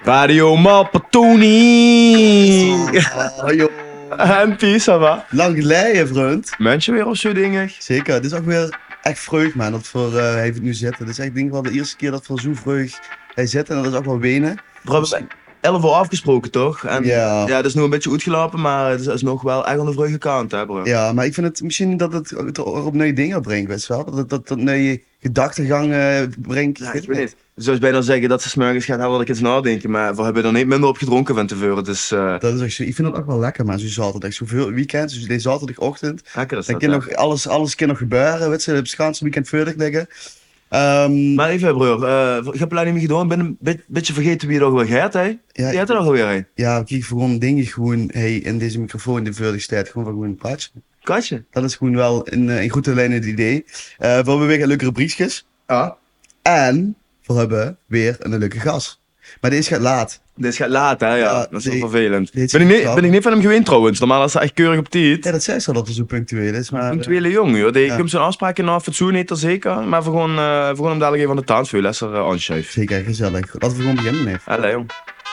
Radio Malpatoni! Oh, joh. En Pies, ça va? Lang geleden, vriend. Mensen weer of zo dingen? Zeker, het is ook weer echt vreugd, man, dat hij heeft het nu zitten. Het is echt, denk ik wel de eerste keer dat voor zo'n vreugd hij zit en dat is ook wel wenen. We hebben 11 uur afgesproken, toch? En Ja. Ja, het is nog een beetje uitgelopen, maar het is nog wel echt aan de vreugde kant, hè, bro? Ja, maar ik vind het misschien dat het op nieuwe dingen brengt, weet je wel. Dat nieuwe gedachtegang brengt. Ja, ik weet niet. Ik zou bijna zeggen dat ze 's morgens gaat hebben wat ik eens nadenken, maar we hebben er niet minder op gedronken van tevoren, dus Dat is ook zo. Ik vind dat ook wel lekker, maar zo'n zaterdag. Zoveel weekends, dus deze zaterdagochtend. lekker is Dan dat, kan ja. nog alles kan nog gebeuren, weet je. Op het weekend verder liggen. Maar even, broer, ik heb het niet meer gedaan, ik ben een beetje vergeten wie het ook weer gaat, hè? Ja, Wie had er nog alweer, hè? ja, kijk, gewoon dingen gewoon, hey, in deze microfoon, de verder staat, gewoon een praatje. Katje? Dat is gewoon wel een goede lijn het idee. We hebben weer leuke rubriekjes. Ja. En we hebben weer een leuke gast. Maar deze gaat laat. Dit gaat laat, hè? Ja, Ja, dat is wel die- vervelend. die heeft Ben zich ik niet van hem gewend trouwens, normaal is hij echt keurig op tijd. Ja, dat zei ze al dat het zo punctueel is. Maar, Punctuele jongen, joh. Die ja. komt zijn afspraken na fatsoen niet, dat zeker. Maar we gaan hem dadelijk even aan de tafel lesser aanschuiven. Zeker, gezellig. Laten we gewoon beginnen, neef. Allee, jong.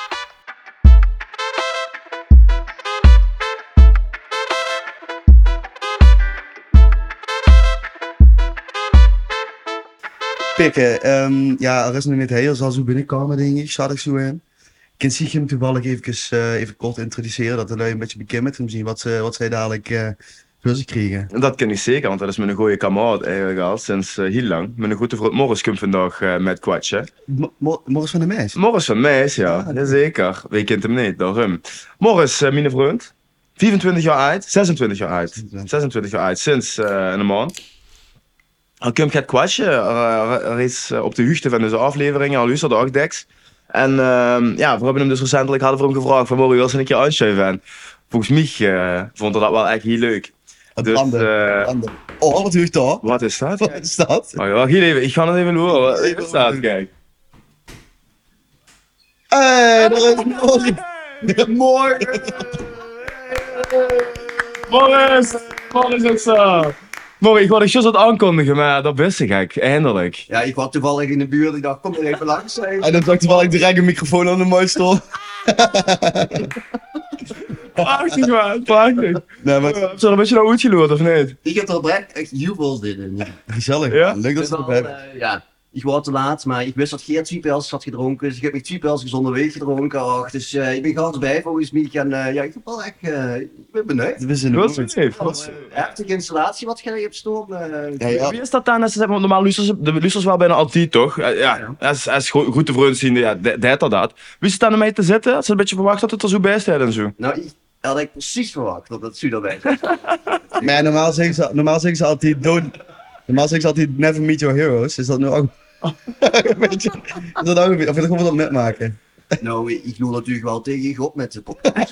Pikken. Ja, er is nog niet heel zal zo binnenkomen, denk ik. Zat ik zo in. Ik zie hem toevallig even kort introduceren, dat de lui een beetje bekend met hem zien wat zij dadelijk voor zich kregen. En dat ken ik zeker, want dat is mijn goede kameraad eigenlijk al sinds heel lang. Mijn goede vriend Morris komt vandaag met kwatsen. Morris van de Meis. Morris van Meis, ja. Ah, Jazeker. Wie kent hem niet, daarom. Morris, mijn vriend. 24 jaar oud, 26 jaar oud. 26 jaar oud, sinds een maand. Hij komt gaat kwatsen. Er is op de hoogte van deze afleveringen al luisterde ook Dex. En ja, we hebben hem dus recentelijk hadden we hem gevraagd van Morris, wil ze een keer aanschuiven? En volgens mij vond hij dat wel echt heel leuk. Het Dus, branden. Oh, wat doe je daar? Wat is dat? Wat is dat? Oh ja, hier even, ik ga het even horen. Wat is dat, kijk. Hey, daar is Morris. Morgen! Morris is zo. Morgen, ik wilde juist wat aankondigen, maar dat wist ik eigenlijk, eindelijk. Ja, ik was toevallig in de buurt. Ik dacht, kom er even langs. En dan zag toevallig direct een microfoon aan de muis stoel. Prachtig man, prachtig. Nee, maar Heb je er een beetje naar uitgeloerd of niet? Ik heb er oprecht echt heel veel zin in. Ja. gezellig. Ja? Man. Leuk dat Ik ze ben erbij wel, hebben. ja, ik was te laat, maar ik wist dat Geert Zwiepels had gedronken. Dus ik heb met Zwiepels onderweg gedronken. Och, dus ik ben ganz bij volgens mij. Ja, ik heb wel echt, ik ben benieuwd. We zijn er Wat ook. is het? Heftige installatie wat jij hebt staan. Ja. Wie is dat dan? Normaal de luisters wel bijna altijd toch? Ja, als goede vrienden zien, ja, dat. Wie is het dan om mij te zitten? Als ze een beetje verwacht dat het er zo bij staat en zo. Nou, ik had ik precies verwacht dat het zo erbij Maar normaal zeggen ze altijd, normaal zeggen ze altijd, never meet your heroes. Is dat nu ook... Een beetje- is dat ook een beetje... Of wil je gewoon wat metmaken? Nou, ik doe natuurlijk wel tegen God met de podcast.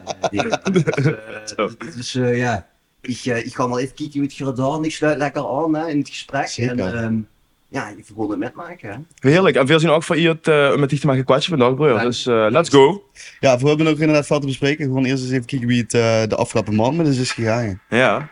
Ja, ik ga wel even kijken hoe het gaat gedaan. Ik sluit lekker aan hè, in het gesprek. Zeker. En ja, ik wil het metmaken. Hè. Heerlijk. En veel zien ook voor je het met dich te maken kwatje vandaag, broer. Ja. Dus let's go. Ja, we hebben nog inderdaad veel te bespreken. Gewoon eerst eens even kijken wie het de afgelopen maand met ons is gegaan. Ja.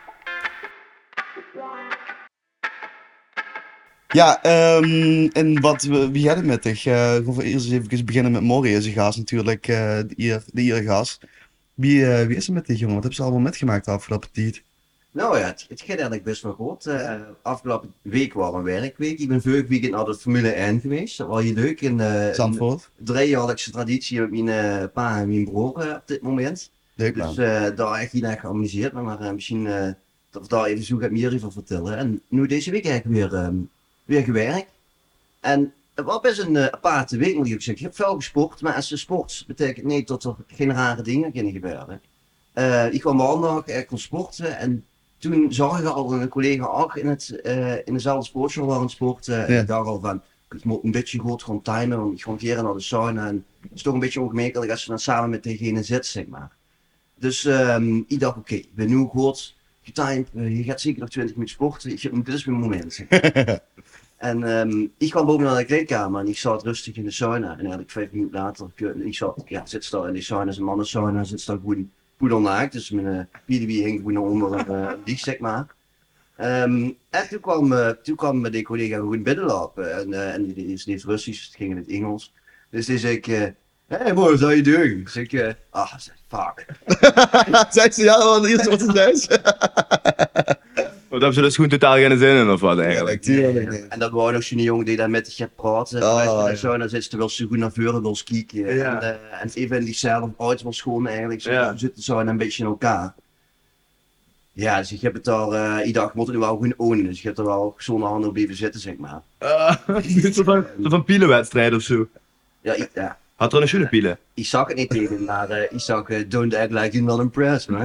Ja, en wie gaat het met dich? Gewoon eerst eens even beginnen met Morrie, zijn gast natuurlijk, de iedere gast. Wie is er met dich, jongen? Wat hebben ze allemaal metgemaakt de afgelopen tijd? Nou ja, het gaat eigenlijk best wel goed. Afgelopen week was een werkweek. Ik ben vorig weekend naar de Formule 1 geweest. Dat was heel leuk. Zandvoort? Een driejaarlijkse traditie met mijn pa en mijn broer op dit moment. Leuk Dus man. daar echt heel erg geamuseerd. Maar misschien dat we daar even zo meer over vertellen. En nu deze week eigenlijk weer gewerkt. En het was best een aparte week moet ik ook zeggen. Ik heb veel gesport, maar als je sport betekent niet dat er geen rare dingen kunnen gebeuren. Ik kwam maandag, ik kon sporten en toen zag ik al een collega ook in dezelfde sportschool waar aan het sporten. En Ja. ik dacht al van, ik moet een beetje goed gewoon timen, want ik ga een keer naar de sauna. En het is toch een beetje ongemakelijk als je dan samen met degene zit, zeg maar. Dus ik dacht, oké, ik ben nu goed getimed, je gaat zeker nog 20 minuten sporten, dit is mijn moment. Zeg maar. En ik kwam boven naar de kleedkamer en ik zat rustig in de sauna. En eigenlijk 5 minuten later, zit daar in de sauna, is een mannensauna, zit daar gewoon poedelnaakt. Dus mijn PDB hing gewoon onder een dieg, zeg maar. En toen kwam mijn collega gewoon binnenlopen. En die is niet Russisch, het ging in het Engels. Dus die zei ik, Hey boy, how you doing? Dus ik, fuck. Zei ze, ja, wat eerst wat is thuis? Wat hebben ze dus gewoon totaal geen zin in of wat eigenlijk? Tuurlijk. En dat wou nog zo'n jongen die daar met je gaat praten. Oh, En zo, en dan zit ze wel zo goed naar voren wil kijken. Ja. En even in diezelfde uit was gewoon eigenlijk zo, Ja. zitten zo en een beetje in elkaar. Ja, dus ik heb het daar, iedere dag moet het nu wel gewoon ownen. Dus ik heb er wel zonder handen op blijven zitten, zeg maar. Zo van pielenwedstrijd of zo. Ja, Had er een schöne pielen? ik zag het niet tegen, maar ik zag don't act like you're not impressed, man.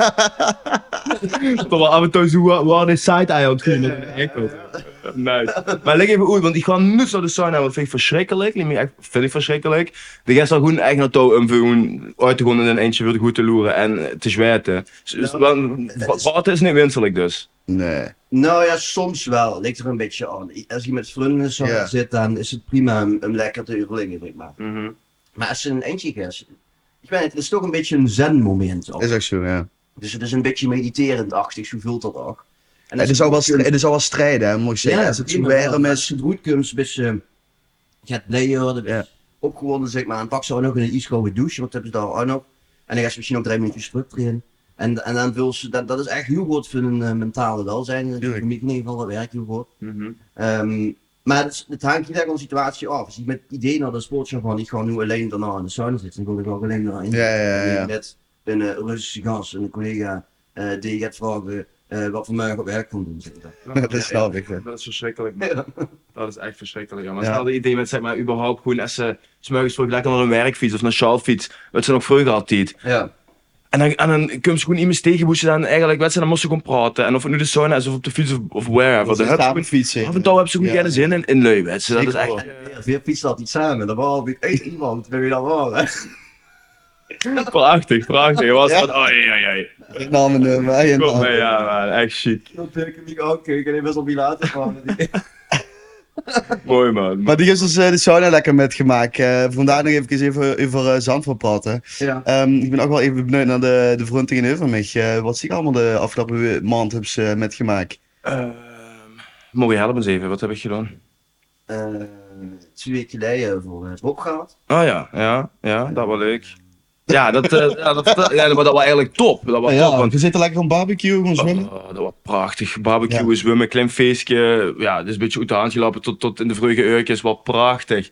Toch wel af en toe zo waar de side-eye aan het doen met een enkel. Nice. Maar leg even uit, want ik ga nu naar de sauna, wat vind ik verschrikkelijk. Vind ik verschrikkelijk. De gast gewoon echt naartoe om gewoon uit te gaan in een eentje weer goed te loeren en te zweten. Praten is niet wenselijk dus. Nee. Nou ja, soms wel. Ligt er een beetje aan. Als je met vrienden zo Ja. zit, dan is het prima om lekker te overleggen, zeg maar. Maar als je een eentje gaat, ik weet het is toch een beetje een zen-moment. ook. Is ook zo, ja. Dus het is een beetje mediterend-achtig, zo voelt dat ook. En Het is al wel strijden, hè, moet ik zeggen. Als het zo warm Als is. het goed komt, dus je gaat blijven, Ja. opgewonden zeg maar, en pak zo nog in een ijskoude douche, want dat hebben ze daar ook nog. En dan ga je misschien nog 3 minuutjes terug erin. En dan wil ze, dat is echt heel goed voor een mentale welzijn. Tuurlijk. Voor mij in ieder geval, dat werkt heel goed. Maar het hangt niet echt van de situatie af. Als ik met het idee naar de sportshow van ik ga nu alleen daarna in de sauna zitten, dan wil ik ook alleen daarin. Ja. Net een Russische gast, een collega, die gaat vragen wat voor mij op werk kan doen. Zeg maar. Dat snap ik. Dat is verschrikkelijk. Dat is echt verschrikkelijk. Ja. Maar Ja. stel de idee met zeg maar überhaupt gewoon als ze 's morgens vroeg lekker naar een werkfiets of naar een sjaalfiets, wat ze nog vroeger altijd. Ja. En dan kun je gewoon iemand tegen hoe ze dan eigenlijk, weet je, dan moesten ze gewoon praten. En of het nu de sauna is of op de fiets of wherever. Dan hebben ze gewoon- fietsen. af en toe hebben ze gewoon Ja. geen zin in lui, weet je. Dat is Zeker echt... Veel fietsen altijd samen, dat was altijd één iemand, ben je dat waar? Prachtig, prachtig. Je was Ja. van, oei, oei, oei. Ik nam een nummer. en Kom dan- mee, ja man, echt chic. Dat heb ik ook, ik heb best wel veel later van. Mooi man. Maar die heeft dus de sauna lekker metgemaakt. Vandaar nog even over Zandvoort praten. Ja. Ik ben ook wel even benieuwd naar de vriend tegenover mij. Wat zie ik allemaal de afgelopen maand hebben ze metgemaakt? Mooi help eens even, wat heb ik gedaan? 2 weken geleden voor het Bob gehad. Oh ja, dat was leuk. Ja, maar dat was eigenlijk top. Dat was top, Ja, want we zitten lekker van barbecue, gewoon zwemmen. dat was prachtig. Barbecue, Ja. zwemmen, klein feestje. Ja, het is een beetje uit de hand gelopen tot in de vroege uurtjes. Wat prachtig.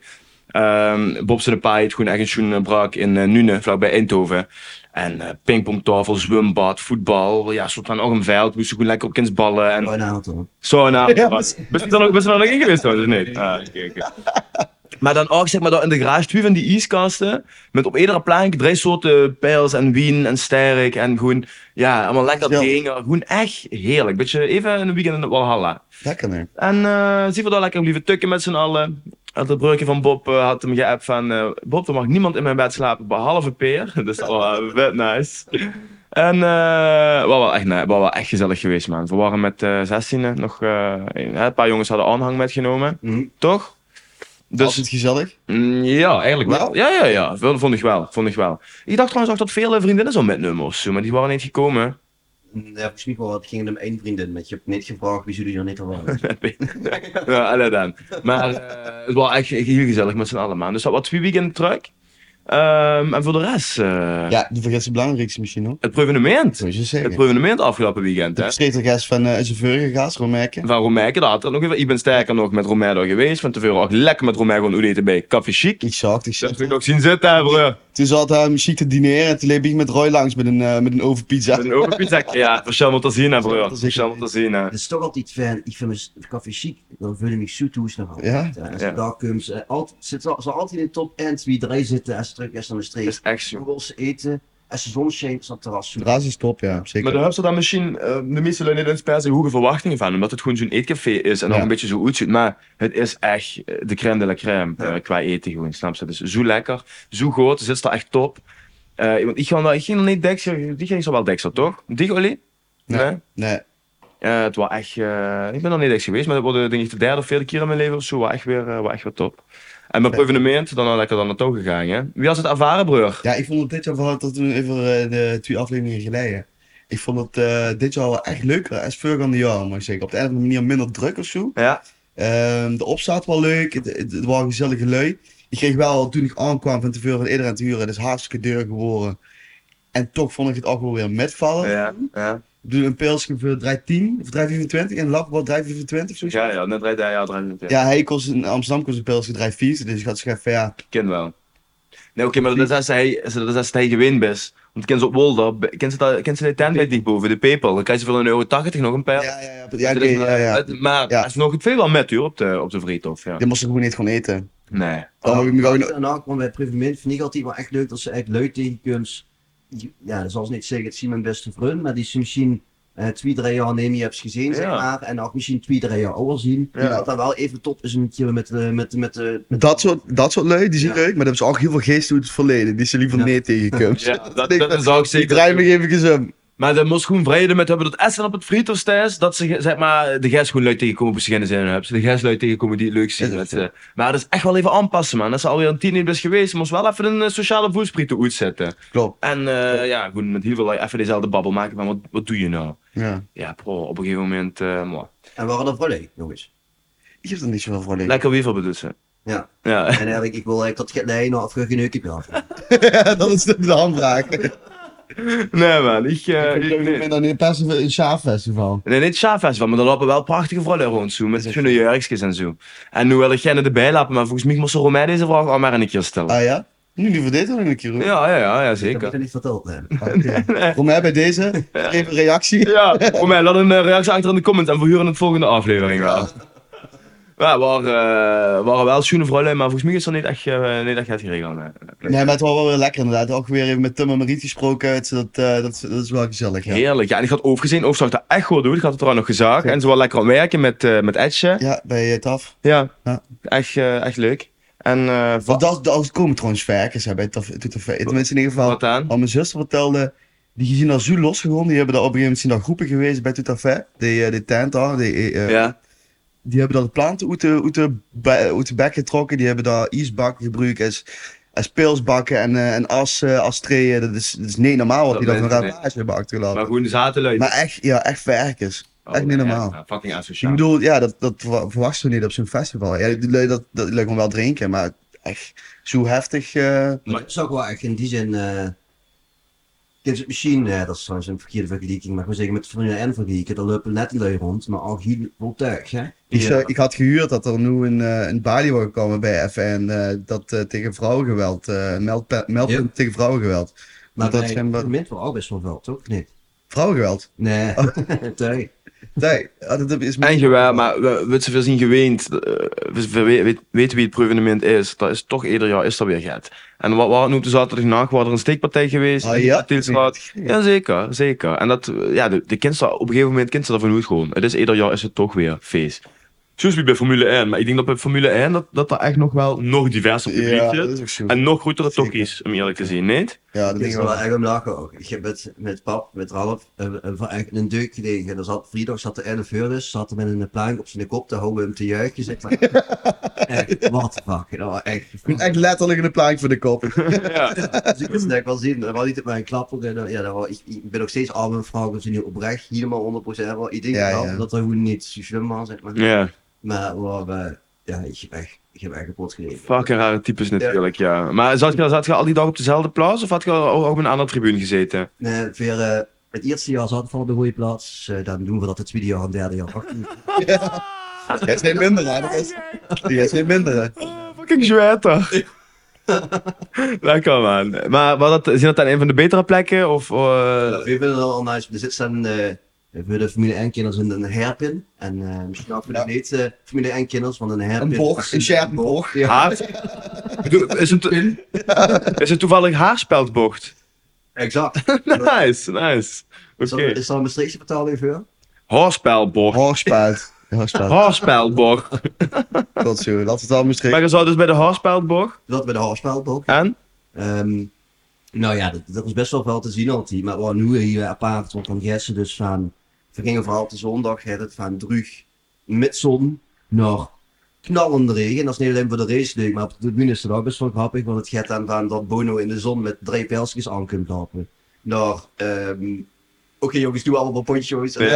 Bob's en de Paai heeft gewoon echt een schoen brak in Nune, vlakbij Eindhoven. En pingpongtafel, zwembad, voetbal. Ja, stond dan ook een veld. Moesten gewoon lekker op kindsballen. En Bijna auto. sauna. Ja, Ben je er nog in geweest trouwens, of niet? Ah, oké. Maar dan ook zeg maar daar in de garage 2 van die ijskasten. Met op iedere plank 3 soorten pijls en wien en sterk. En gewoon, ja, allemaal lekker Ja. dingen. Gewoon echt heerlijk. Beetje even een weekend in het Walhalla. Lekker nee. En zie we daar lekker blijven tukken met z'n allen. Het broertje van Bob had hem geappt van... Bob, er mag niemand in mijn bed slapen behalve Peer. Dus dat was vet nice. En was wel echt gezellig geweest, man. We waren met 16 nog... een paar jongens hadden aanhang metgenomen. Mhm. Toch? Dus Altijd gezellig. ja, eigenlijk wel. Wel? Ja. Vond ik wel. Ik dacht trouwens ook dat vele vriendinnen zo metnemen of zo, maar die waren niet gekomen. Ja, volgens mij wel, het ging er om 1 vriendin met. Je hebt niet gevraagd wie jullie er niet al waren. Ja, alle dan. Maar het was echt heel gezellig met z'n allen, man. Dus dat was 2 weekenden terug. En voor de rest, Ja, die vergeet het belangrijkste misschien nog. het proevenement. Zou je Het zeggen. proevenement afgelopen weekend, De hè. verstetelgast van zijn vorige gast, Romerke. Van Romijke, dat had er nog even. Ik ben sterker nog met Romijke geweest. Van tevoren ook lekker met Romijke gaan eten bij Café Chic. Ik zag het. Dat heb ik nog zien zitten, hè, broer. Toen zat hij chic te dineren en toen liep ik met Roy langs met een overpizza. Met een overpizza. Ja, verschil moet er zien, hè, broer. Verschil moet er zien, hè. Het is toch altijd fijn, ik vind mijn café chic, dan voel ik me zo toe nog altijd. Ja? Als Ja. je daar komt, zit ze altijd in de top end wie 3 zitten als ze terug is naar de Dat streek. is echt zo. Hoe wil ze eten? Als de zon schijnt, is dat terras zo. De raas is top, ja, Maar zeker. daar hebben ze dan misschien de meeste lui niet eens per se hoge verwachtingen van, omdat het gewoon zo'n eetcafé is en ook Ja. een beetje zo uitziet. Maar het is echt de crème de la crème qua eten gewoon, snap je? Het is zo lekker, zo goed, zit er echt top. Want ik ging er niet deksel, die ging zo wel deksel, toch? Die olie? Nee. Nee. Het was echt, ik ben er niet eens geweest, maar dat wordt denk ik de 3e of 4e keer in mijn leven of zo, was echt weer top. En bij evenement dan al lekker dan naartoe gegaan, hè? Wie was het ervaren, broer? Ja, ik vond het dit jaar vooral tot even de 2 afleveringen geleden. Ik vond het dit jaar wel echt leuker als vorig aan de jaar, moet ik zeggen. Op de een of andere manier minder druk of zo. Ja. De opstaat wel leuk, het waren gezellige lui. ik kreeg wel, toen ik aankwam van tevoren van iedereen te huren, het is hartstikke duur geworden. En toch vond ik het ook wel weer metvallen. Ja, ja. Ik doe een pilsje voor 3,10 of 3,25 en een lab 3,25 of zo. Ja, net rijdt hij, ja, 3 Ja, hij kost in Amsterdam kost een pilsje 3,40, dus ik had zeggen van ja. ken wel. Nee, oké, maar dat is als hij gewend is. Want ken ze op Wolder, ken ze die tent bij die boven, de Pepel. Dan krijg je voor €1,80 nog een pijl. Ja, oké. Maar Ja. het is nog veel wel met hoor op de Vriethof, ja. Die moest ik gewoon niet gewoon eten. Nee. Dan heb ik me gewoon... Daarna kwam bij Prevement, vind ik altijd wel echt leuk dat ze echt leuk tegenkomt. Ja, dat zal ze niet zeggen, het is mijn beste vriend, maar die is misschien 2-3 jaar niet meer hebt gezien, zeg Ja. maar. En ook misschien 2-3 jaar ouder zien. Ja. Die dat dan wel even top is een keer met de Dat soort lui, die zijn Ja. leuk, maar dan hebben ze ook heel veel geest uit het verleden. Die ze liever Ja. nee tegenkomt. Ja, dat is ook Die zeker. draai me even om. Maar daar moest gewoon vrede met hebben dat Essen op het Vriethof is, dat ze zeg maar de gast gewoon leuk tegenkomen op beginnen zijn hebben. Ze de gast leuk tegenkomen die het leuk zien. Is Dat het, ze, maar dat is echt wel even aanpassen man. Dat ze alweer een 10 niet is geweest, moest wel even een sociale voetspriet uitzetten. Klopt. En ja, gewoon met heel veel even dezelfde babbel maken van wat doe je nou? Ja. Ja, pro, op een gegeven moment, mooi. En waren er vrolijk, jongens. Ik heb er niet zoveel voor liggen. Lekker wiever bedoelsen. Ja. Ja. En eigenlijk, ik wil dat je nee, nou afgeneuk heb je af. Dat is de aanvraag. Nee man, Ik ben dan in een Sjaafestival. Nee, niet het Sjaafestival, maar er lopen wel prachtige vrouwen rond zo, met schöne jurkjes en zo. En nu wil ik geen erbij laten, maar volgens mij moest ze mij deze vraag al maar een keer stellen. Ah ja? Nu die voor dit nog een keer hoor. Ja, Ik heb zeker. het niet verteld, hè. Okay. Voor mij bij deze, geef een reactie. Ja, voor mij, laat een reactie achter in de comments en we huren het volgende aflevering wel. Ja, waren wel schoene vrouwen, maar volgens mij is er niet echt het geregeld. Nee. Nee, maar het was wel weer lekker inderdaad. Ook weer even met Tim en Mariet gesproken. Dat is wel gezellig. Ja, Heerlijk, ja, en ik had overgezien, Overzag dat echt goed doen. Ik had het er al nog gezag en ze was lekker aan het werken met Etje. ja bij TAF. Ja, Ja. echt leuk. En Want dat komen trouwens verkers hè, bij TAF. Tenminste in ieder geval. wat aan? Al mijn zuster vertelde, die zijn al zo losgegaan. Die hebben daar op een gegeven moment zijn daar groepen geweest bij Toetafé. Die tent daar. Ja. Die hebben daar de planten uit de bek getrokken. Die hebben daar ijsbakken gebruikt als pilsbakken en as treeën. Dat is niet normaal wat die Dat daar van weet ik ravage hebben achtergelaten. Maar gewoon zaten leuk. Maar echt, ja, echt verkers. Echt niet normaal. Ja, fucking Ik asociaal. bedoel, ja, dat verwacht je niet op zo'n festival. Ja, die lui dat lijkt me wel drinken, maar echt zo heftig. Maar het is ook wel echt in die zin. Kijk, het misschien, dat is trouwens een verkeerde vergelijking, maar ik wil zeggen met Formule 1 vergelijken, daar lopen net die lui rond, maar al heel voltuig, hè? Ik had gehuurd dat er nu een balie wordt gekomen bij FN dat tegen vrouwengeweld, meldpunt Ja. tegen vrouwengeweld. Maar dat bij zijn wat- het moment wel al best wel veel, toch? Nee. Vrouwengeweld? Nee, tuig. Nee, dat is En geweld, maar we zoveel zien geweend, weten wie het proevenement is. Dat is toch ieder jaar is dat weer geld. En wat waren nu op de zaterdagnacht, was er een steekpartij geweest. Ah, in ja? de Tielsstraat. Ja, zeker. En dat, ja, de kinderen, op een gegeven moment kinderen ervan uit gewoon. Het is ieder jaar is het toch weer feest. Zoals wie bij Formule 1, maar ik denk dat bij Formule 1 dat er echt nog diverser publiek Ja, zit. dat is ook zo. En nog grotere Zeker. tokkies, om eerlijk te zien, niet? Ja, dat Ik denk ik is wel wel. echt om lachen ook. Ik heb met pap, met Ralf, echt een deuk gelegen. Er zat vrijdag zat de 11 uur dus, zat er met een plank op zijn kop te houden hem te juichen, zeg maar. Echt, what the fuck. Dat was echt. Echt letterlijk een plank voor de kop. Ja. Dus ik wist het wel zien, dat was niet op mijn klapper. En, ja, ik ben nog steeds al mijn vragen of ze nu oprecht helemaal 100% wel. Ik denk Ja, wel ja. dat er gewoon niet zo slim was, zeg maar. Ja. Maar ja, ik heb echt kapot gereden. Fucking rare types natuurlijk, ja. Maar zat je al die dag op dezelfde plaats of had je ook op een andere tribune gezeten? Nee, weer, het eerste jaar zat van op de goede plaats. Dan doen we dat het tweede jaar en derde jaar. Die is niet minder, hè? Die is niet minder, hè? Fucking zweter. Lekker man. Maar zijn dat dan een van de betere plekken? Of, We vinden het al nice. Er zit dan voor de Formule 1 kinders een hairpin. En misschien ook voor de niet Formule 1 kinders, want een hairpin. Een bocht, een scherpe bocht. Ja, haar? Is het toevallig haarspeldbocht? exact. Nice. Oké. Is er een Maastrichtse vertaling voor? Haarspeldbocht. Hoorspuit. Haarspeldbocht. Tot zo, laten we het al misschien. Maar je zou dus bij de haarspeldbocht? Dat bij de haarspelbocht. En? Nou ja, dat is best wel veel te zien altijd. Maar we waren nu hier apart, want dan gessen dus van... We gingen vooral op de zondag, het van drug met zon naar knallende regen. Dat is niet alleen voor de race leuk, maar op de tribune is het ook best wel grappig. Want het gaat dan van dat Bono in de zon met 3 pijltjes aan kunt lopen. Naar oké jongens, doe allemaal poncho's. En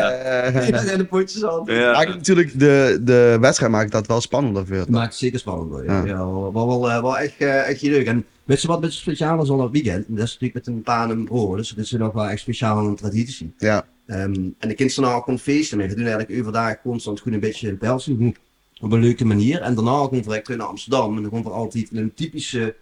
en de potjes aan. Ja. Maakt natuurlijk de wedstrijd maakt dat wel spannender voor. Het maakt het zeker spannend hoor. Ja. Ja, wel echt leuk. En weet je wat een beetje speciaal is aan dat weekend? Dat is natuurlijk met een paar en broer, dus dat is nog wel echt speciaal aan een traditie. Ja. En de kinderen kon feesten mee. We doen eigenlijk overdag constant goed een beetje in België. Op een leuke manier. En daarna gaan we direct terug naar Amsterdam. En dan gaan we altijd in een typische,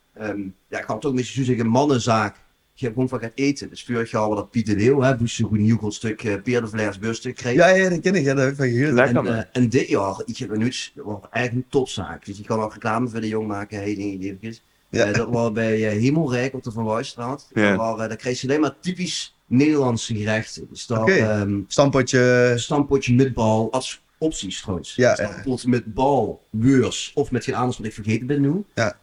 ja ik ga het ook een beetje zo zeggen, mannenzaak. Je gewoon van gaan eten. Dus vorig jaar hadden we dat Piet de Leeuw, hè, moest je goed een heel groot stuk peerdervlees beurstuk krijgen. Ja, dat ken ik, ja, dat heb ik van gehuurd. Lekker, man. En dit jaar, ik heb nu, dat was eigenlijk een topzaak. Dus je kan ook reclame voor de jong maken, hey, dingen eventjes. Ja. Dat was bij Hemelrijk op de Van Wijstraat. Ja. Daar kreeg je alleen maar typisch Nederlandse gerechten. Dus daar, Oké. Stampotje. stampotje met bal, als opties trouwens. Ja, Stampot met bal, beurs of met geen anders wat ik vergeten ben nu. Ja.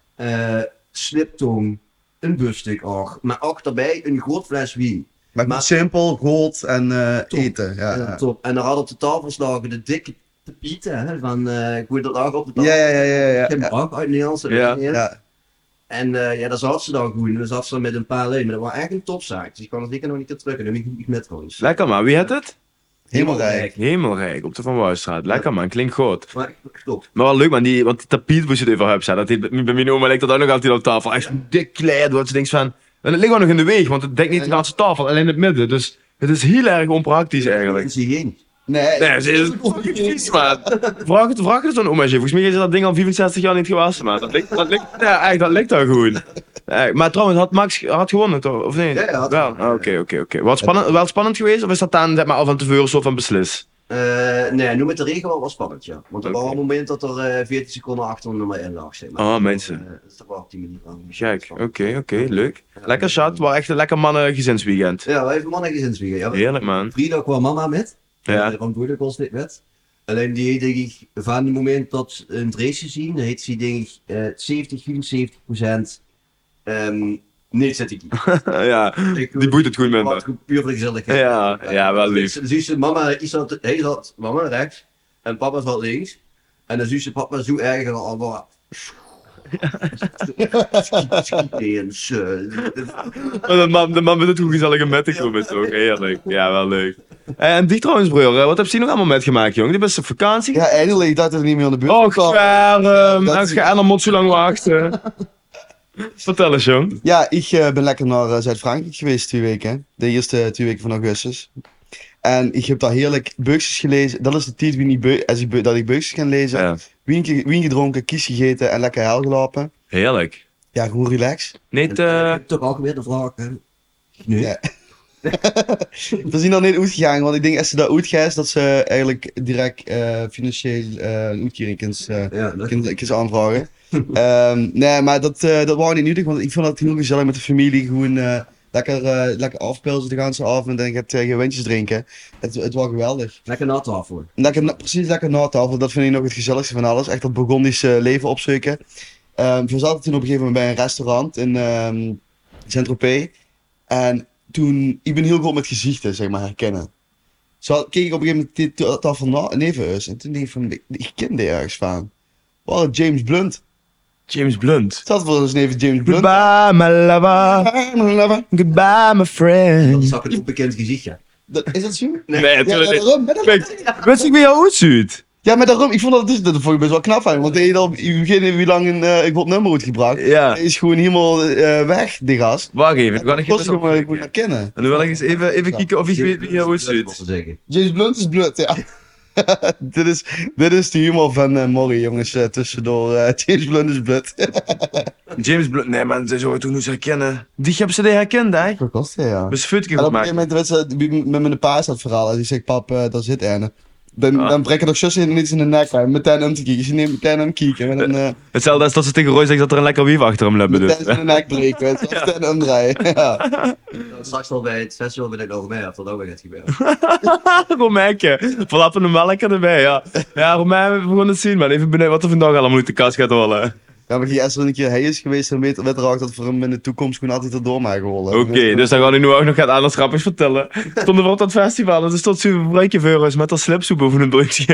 Sliptong, een busstuk ook, maar ook daarbij een groot fles wien. Maar Maar- simpel, gold en Top. eten. Ja, Ja, ja. top. En dan hadden op de tafel slagen de dikke pieten, hè, van hoe dat lag op de tafel. Ja. Geen brak uit Nederlands. Ja. Ja. En ja, daar zat ze dan goed. En dan zat ze met een paar leden. Maar dat was echt een topzaak. Dus ik kan het weekend nog niet terug. En dan ben ik met trouwens. Lekker man, wie had het? Hemelrijk. Hemelrijk, op de Van Wouwstraat. Lekker man, klinkt goed. Maar top. Maar wel leuk man, want die tapiet moest je het even hebben. Dat heeft, bij mijn oma ligt dat ook nog altijd op tafel. Echt zo'n dik kleed, wat je denkt van... En het ligt wel nog in de weg, want het dekt niet de ganse tafel, alleen het midden. Dus het is heel erg onpraktisch Dat eigenlijk. is hygiënisch. Nee, Nee, ze is fucking vies man. Vraag het zo'n oma. Volgens mij is dat ding al 65 jaar niet gewassen man. Dat ligt daar gewoon. Maar trouwens, had Max gewonnen toch? Of nee? Ja, hij had wel. gewonnen. Oké. Wel spannend geweest of is dat dan zeg maar, al van tevoren zo van beslis? Nee, nu met de regen wel spannend, ja. Want er Oké. was een moment dat er 14 seconden achter nummer 1 lag, zeg maar. Oh, mensen. Dat is toch wel op die manier aan. Gek, oké, leuk. Lekker chat, het was echt een lekker mannen gezinsweekend. Ja, we hebben mannen gezinsweekend. Ja, Heerlijk man. Vrijdag kwam mama met. Ja. Van Boerder was dit met. Alleen die denk ik, van het moment dat een race zien, dan heet ze denk ik 70-74% nee, zet ik niet. Ja, die boeit het goed Maar minder. het goed puur voor de gezelligheid. Ja, wel lief. Dus zie je, hij zat mama rechts en papa zat links. En dan zie je papa zo erg al maar. De man met het goed gezellige met te komen toch? Heerlijk. Ja, wel leuk. En die trouwens broer, wat heb je nog allemaal metgemaakt jong? Die best op vakantie? Ja, eindelijk. Ik dacht dat er niet meer aan de buurt Och, kwam. scherm. Dat En is- ga dan moet zo lang wachten. Vertel eens jong. Ja, ik ben lekker naar Zuid-Frankrijk geweest 2 weken. De eerste 2 weken van augustus. En ik heb daar heerlijk beugjes gelezen. Dat is de tijd dat ik beugjes kan lezen. Ja, Wien gedronken, kies gegeten en lekker hel gelopen. heerlijk. Ja, gewoon relax. Niet, Toch ook weer de vraag. Hè? Nee. Ja. We zijn nog niet uitgegaan, want ik denk als ze dat uitgaan, dat ze eigenlijk direct financieel een uitkering Ja, dat kunnen aanvragen. Nee, maar dat was niet nodig, want ik vond het heel gezellig met de familie. Gewoon lekker afpilsen de hele avond en gaat gewentjes drinken. Het was geweldig. lekker nat af hoor. Precies lekker na tafel, dat vind ik nog het gezelligste van alles. Echt dat Burgondische leven opzoeken. We zaten toen op een gegeven moment bij een restaurant in Saint-Tropez. En toen, ik ben heel goed met gezichten, zeg maar, herkennen. Zo keek ik op een gegeven moment die tafel neven us. En toen dacht ik van, ik ken die ergens van. Wow, James Blunt. James Blunt. Het zat voor ons neven James Blunt. Goodbye my lover. Goodbye my Dat friend. is ook een onbekend gezichtje. Is dat zo? Nee, Ja, natuurlijk niet. daarom. Weet ik wie jou uitziet? Ja, maar daarom, ik vond dat vond ik best wel knap van hem. Want hij had al, ik weet niet hoe lang ik word nummer uitgebracht. Ja. Hij is gewoon helemaal weg, die gast. Wacht even, ik ga Ik was gewoon ik moet herkennen. En nu wil ik eens even kijken of ik weet wie jou Dat uitziet. wil zeggen. James Blunt is Blunt, ja. dit is de humor van Morrie, jongens, tussendoor. James Blunt is Blunt. James Blunt, nee man, ze zou toen eens herkennen. Die hebben ze die herkend hè? Wat kost hij, ja? Dus futje En op een gemaakt. gegeven moment werd ze met mijn paas dat verhaal. En die zegt, pap, daar zit Erne. Dan brekken nog zussen iets in de nek aan. Meteen om te kijken. Ze neemt meteen aan kijken. En dan Hetzelfde als dat ze tegen Roy zegt dat er een lekker wief achter hem hebben. meteen Dus. in de nek breken. Het is meteen omdraaien. Ja. Straks al bij het festival ben ik nog mee, of dat ook weer gaat gebeuren. Romeintje. Verlappen hem wel lekker erbij, ja. Ja, Romein, we gaan het zien, man. Even benieuwd wat er vandaag allemaal uit de kast gaat rollen. Ja, maar als er een keer hij is geweest, dan weet er ook dat voor hem in de toekomst gewoon altijd erdoor mag rollen. Oké, dus dan gaan we nu ook nog wat anders grappigs vertellen. Stonden we op dat festival en er stond zo'n vrouwtje voor ons met haar slipsoep boven een broodje.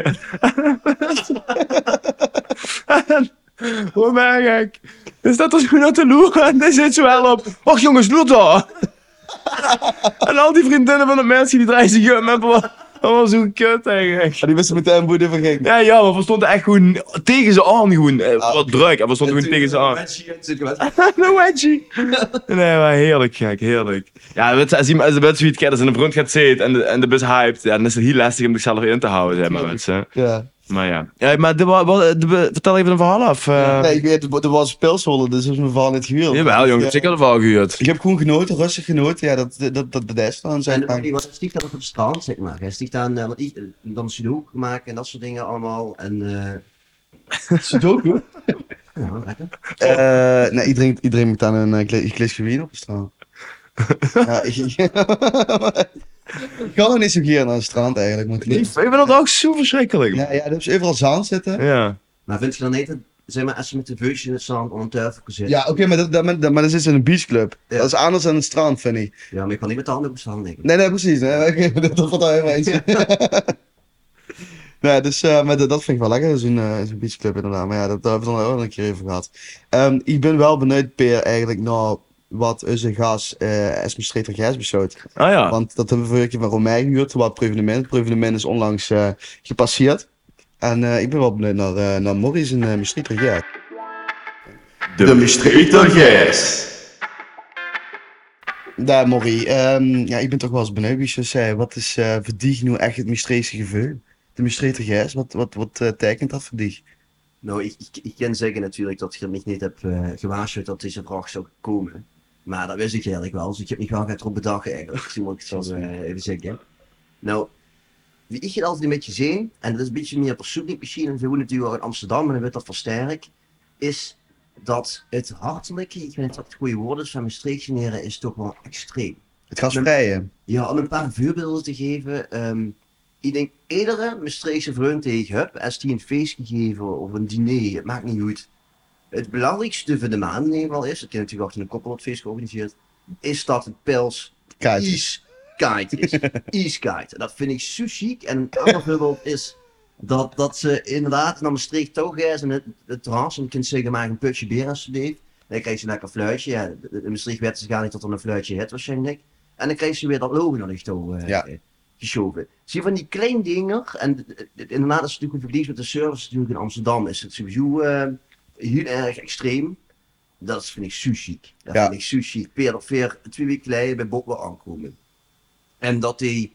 Romein, gek. Dus dat was gewoon uit de loer en daar zit ze wel op. Och jongens, loer daar. En al die vriendinnen van de mensen die draaien zich met allemaal zo kut eigenlijk. Ja, die wisten meteen hoe die verging. Ja, maar we stonden echt gewoon tegen ze aan gewoon. Wat druk, en we stonden gewoon tegen ze aan. No wedgie. Nee, maar heerlijk gek, heerlijk. Ja, als je bent zoiets kijkt, als in de brand gaat zitten en de bus hyped, ja, dan is het heel lastig om zichzelf in te houden, zeg maar mensen. Ja. Maar ja. Maar vertel even een verhaal af. Nee, ik weet, er was pilsholen, dus is mijn verhaal niet gehuurd. Jawel, jongen, zeker een verhaal gehuurd. Ik heb gewoon genoten, rustig genoten. Ja, dat is dan. En wat stieg dat op het strand, zeg maar. Hij stieg dan sudoku maken en dat soort dingen allemaal. En Sudoku? ja, lekker. Nee, iedereen moet aan een glisje wien op het strand. Ja, ik kan er niet zo gaan aan het strand eigenlijk. Want Ik vind dat ook zo verschrikkelijk. ja, er is overal zand zitten. Ja. Maar vind je dan niet, zeg maar, als je met de vuurtjes in het zand om een tafel zit? Ja, oké, maar dat is in een beachclub. Ja. Dat is anders dan een strand, vind ik. Ja, maar je kan niet met de handen op het strand liggen. Nee, precies. Nee, dat valt al helemaal eens. Nee, dus maar dat vind ik wel lekker, zo'n beachclub inderdaad. Maar ja, daar hebben we dan ook een keer even gehad. Ik ben wel benieuwd, Peer, eigenlijk naar wat onze gas Esme Gas besloot. Ah ja. Want dat hebben we vorige keer van Romein gehuurd, wat Prevenement. Het Prevenement is onlangs gepasseerd. En ik ben wel benieuwd naar Morris en Maastrichter Gas. De Maastrichter Gas. Daar, Morrie. Ja, ik ben toch wel eens benieuwd wie je zei. Wat is voor dich nu echt het Maastrichtse gevoel? De Maastrichter Gas, wat tekent dat voor dich? Nou, ik kan zeggen natuurlijk dat je mij niet hebt gewaarschuwd dat deze vraag zou komen. Maar dat wist ik eigenlijk wel, dus ik heb niet graag erop bedacht eigenlijk. Misschien moet ik het zo even zeggen. Nou, wie ik het altijd een beetje zie, en dat is een beetje meer persoonlijk misschien, en we wonen natuurlijk al in Amsterdam en dan weet dat versterk, is dat het hartelijke, ik weet niet wat het goede woord is, van Maastrichtenaren is toch wel extreem. Het gasvrije. Ja, om een paar voorbeelden te geven. Ik denk, iedere Maastrichtse vriend die ik heb, als die een feest gegeven of een diner, het maakt niet uit. Het belangrijkste voor de maand in ieder geval is, dat kan natuurlijk achter een koppelfeest georganiseerd, is dat het pils Kaartjes. ijskite is. Ijskite. Dat vind ik zo chic. En een ander voorbeeld is dat ze inderdaad naar Maastricht toch is en het terras, en je kunt zeggen, maar een putje bier alsjeblieft. Dan krijg je lekker een fluitje. Ja, in Maastricht werd ze gar niet tot er een fluitje het waarschijnlijk. En dan krijg je weer dat logo naar toe geschoven. Zie je van die kleine dingen, en inderdaad is het natuurlijk een vergelijking met de service natuurlijk in Amsterdam, is het sowieso heel erg extreem. Dat vind ik zo chic. Dat vind ik zo chic. Peer of Veer 2 weken geleden bij Bob wil aankomen. En dat hij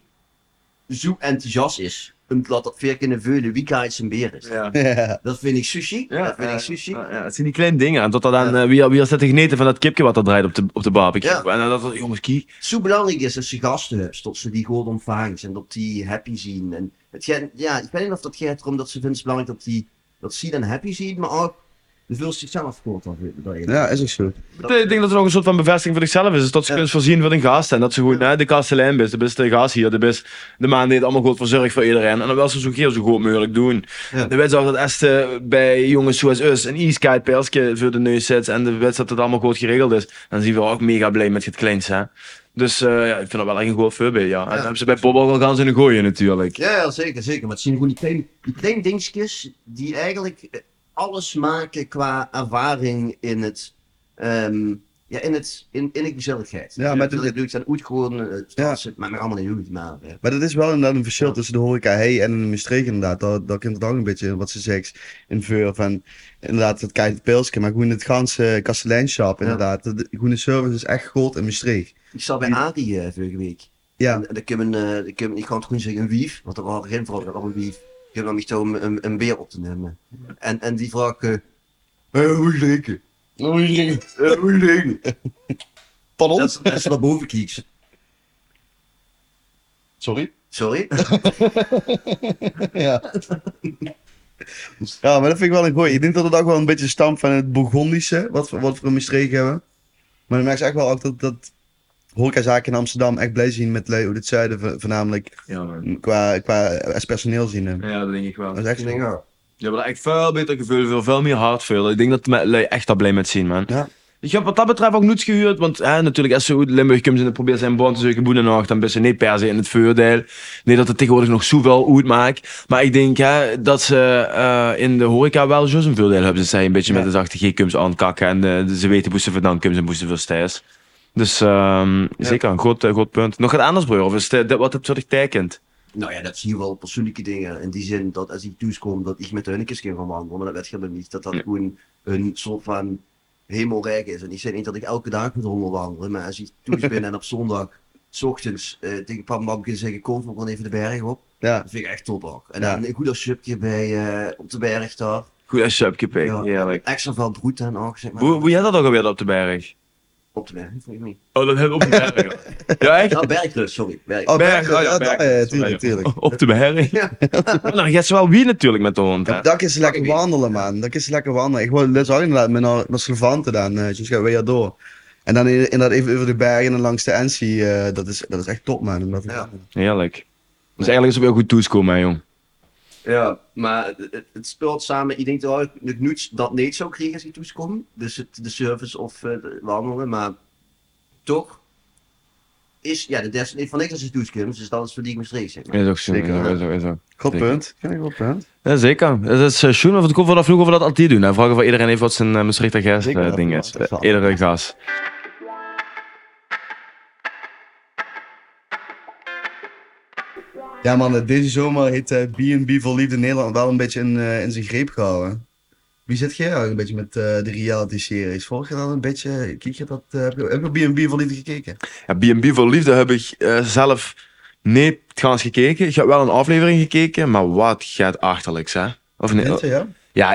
zo enthousiast is, omdat dat Veer kunnen vullen wie kaart zijn beer is. Ja. Ja. Dat vind ik zo chic. Dat vind ik zo chic. Ja, het zijn die kleine dingen. En tot dat dan, wie had zitten geneten van dat kipje wat er draait op de barbecue. Ja. En dat jongens, kie. Zo belangrijk is als je gasten hebt, dat ze die goed ontvangen en dat die happy zien. En ik weet niet of dat gaat erom dat ze vinden het belangrijk dat ze dan happy zien, maar ook de veel zichzelf goed. Ja, is ook zo. Ik denk dat het ook een soort van bevestiging voor zichzelf is. Dat ze kunnen voorzien voor de gasten. En dat ze gewoon de kastelein is. Dat is de gast hier. Dat is de man die het allemaal goed verzorgt voor iedereen. En dan wil ze zo keer zo goed mogelijk doen. Ja. De weet ze ook dat als bij jongens zoals ons een ijskite pilsje voor de neus zit. En de weet dat het allemaal goed geregeld is. Dan zien we ook mega blij met het kleinste. Hè? Dus ja, ik vind dat wel echt een goed voorbeeld. Ja. En dan hebben ze bij Bob ook al gaan ze in gooien natuurlijk. Ja, zeker. Maar het zijn gewoon die kleine dingetjes die eigenlijk alles maken qua ervaring in het. In de gezelligheid. Ja, maar dat doe ik dan ook gewoon. Het maakt me allemaal niet uit. Maar dat is wel inderdaad een verschil tussen de horeca hey en de Maastricht inderdaad. Dat kent het ook een beetje wat ze zegt in Veur van inderdaad het kijkt het pilsje, maar gewoon het ganse kastelijnshop inderdaad. De groene service is echt groot in Maastricht. Ik zat bij Arie vorige week. Ja. En ik kan het gewoon zeggen een wief, want er was geen vraag op een wief. Ik heb dan niet zo een beer op te nemen. En die vraag, hoe drinken? Hoe drinken? Pardon? Dat is naar boven kieks. Sorry? Sorry? Ja. Ja, maar dat vind ik wel een goeie. Ik denk dat het ook wel een beetje stamt van het Bourgondische, wat we in Maastricht hebben. Maar dan merk je echt wel ook dat horecazaken in Amsterdam echt blij zien met lui uit het zuiden, voornamelijk Ja, man. qua als personeel zien. Hè. Ja, dat denk ik wel. Dat is echt zo. Ja. Je hebt er echt veel beter gevoel, veel meer hard veel. Ik denk dat de lui echt daar blij met zien, man. Ja. Ik heb wat dat betreft ook niets gehuurd, want natuurlijk als ze uit Limburg komen en proberen zijn band te zoeken boenen nog, dan ben ze niet per se in het voordeel. Nee, dat het tegenwoordig nog zoveel uitmaakt. Maar ik denk dat ze in de horeca wel zo een voordeel hebben. Ze zijn een beetje met de zachte G-kums aankakken en ze weten hoe ze vandaan komen en hoe ze verstijs. Dus zeker een groot punt. Nog wat anders, broer? Of is dit wat het soort tekent? Nou ja, dat zie je wel persoonlijke dingen. In die zin dat als ik thuiskom, dat ik met de hunnetjes ging gaan wandelen. Maar dat weet je helemaal niet. Dat gewoon een soort van hemelrijk is. En ik zeg niet dat ik elke dag met honden wandel. Maar als ik thuis ben en op zondag, 's ochtends, tegen papa en mam kan zeggen, kom gewoon even de berg op. Ja. Dat vind ik echt top ook. En dan een goed als chipje bij, op de berg daar. Goed als subje, Ja, heerlijk. extra veel broed dan ook, zeg maar. Hoe jij dat ook alweer op de berg? Op de berg, vind ik niet. Oh, dat heb op de berg. Ja, echt? Nou, bergrust, sorry. Berg. Oh, Berg, ja, tuurlijk. Op de berg. Ja. Nou, je hebt wel wie natuurlijk met de hond, hè? Dat is lekker wandelen, man. Dat is lekker wandelen. Ik wil dus ook inderdaad naar Slavante dan, dus gaan we weer door. En dan inderdaad even over de bergen en langs de NC, dat is echt top, man. Ja. Heerlijk. Dus eigenlijk is het weer goed toeskomen, hè, jong. Ja, maar het speelt samen. Ik denk dat ik nu dat niet zou krijgen als ik toekom. Dus de service of de wandelen, maar toch is ja, de destination van niks als je toekomt, dus dat is voor die ik me streek, zeg maar. Is ook zo. Zeker. Is ook. Goed Zeker. punt. Ja, goed punt. Ja, zeker. Het is schoen, of het komt vanaf vroeger we dat altijd doen. Hè. Vragen voor iedereen even wat zijn Maastrichter gas Zeker, ding dat is. is wel. Iedere gas. Ja man, deze zomer heeft B&B voor Liefde Nederland wel een beetje in zijn greep gehouden. Wie zit jij eigenlijk een beetje met de reality series? Volg je dat een beetje? Kijk je dat? Heb je B&B voor Liefde gekeken? Ja, B&B voor Liefde heb ik zelf niet trouwens gekeken. Ik heb wel een aflevering gekeken, maar wat gaat achterlijks, hè? Of nee? Mensen, ja? Ja,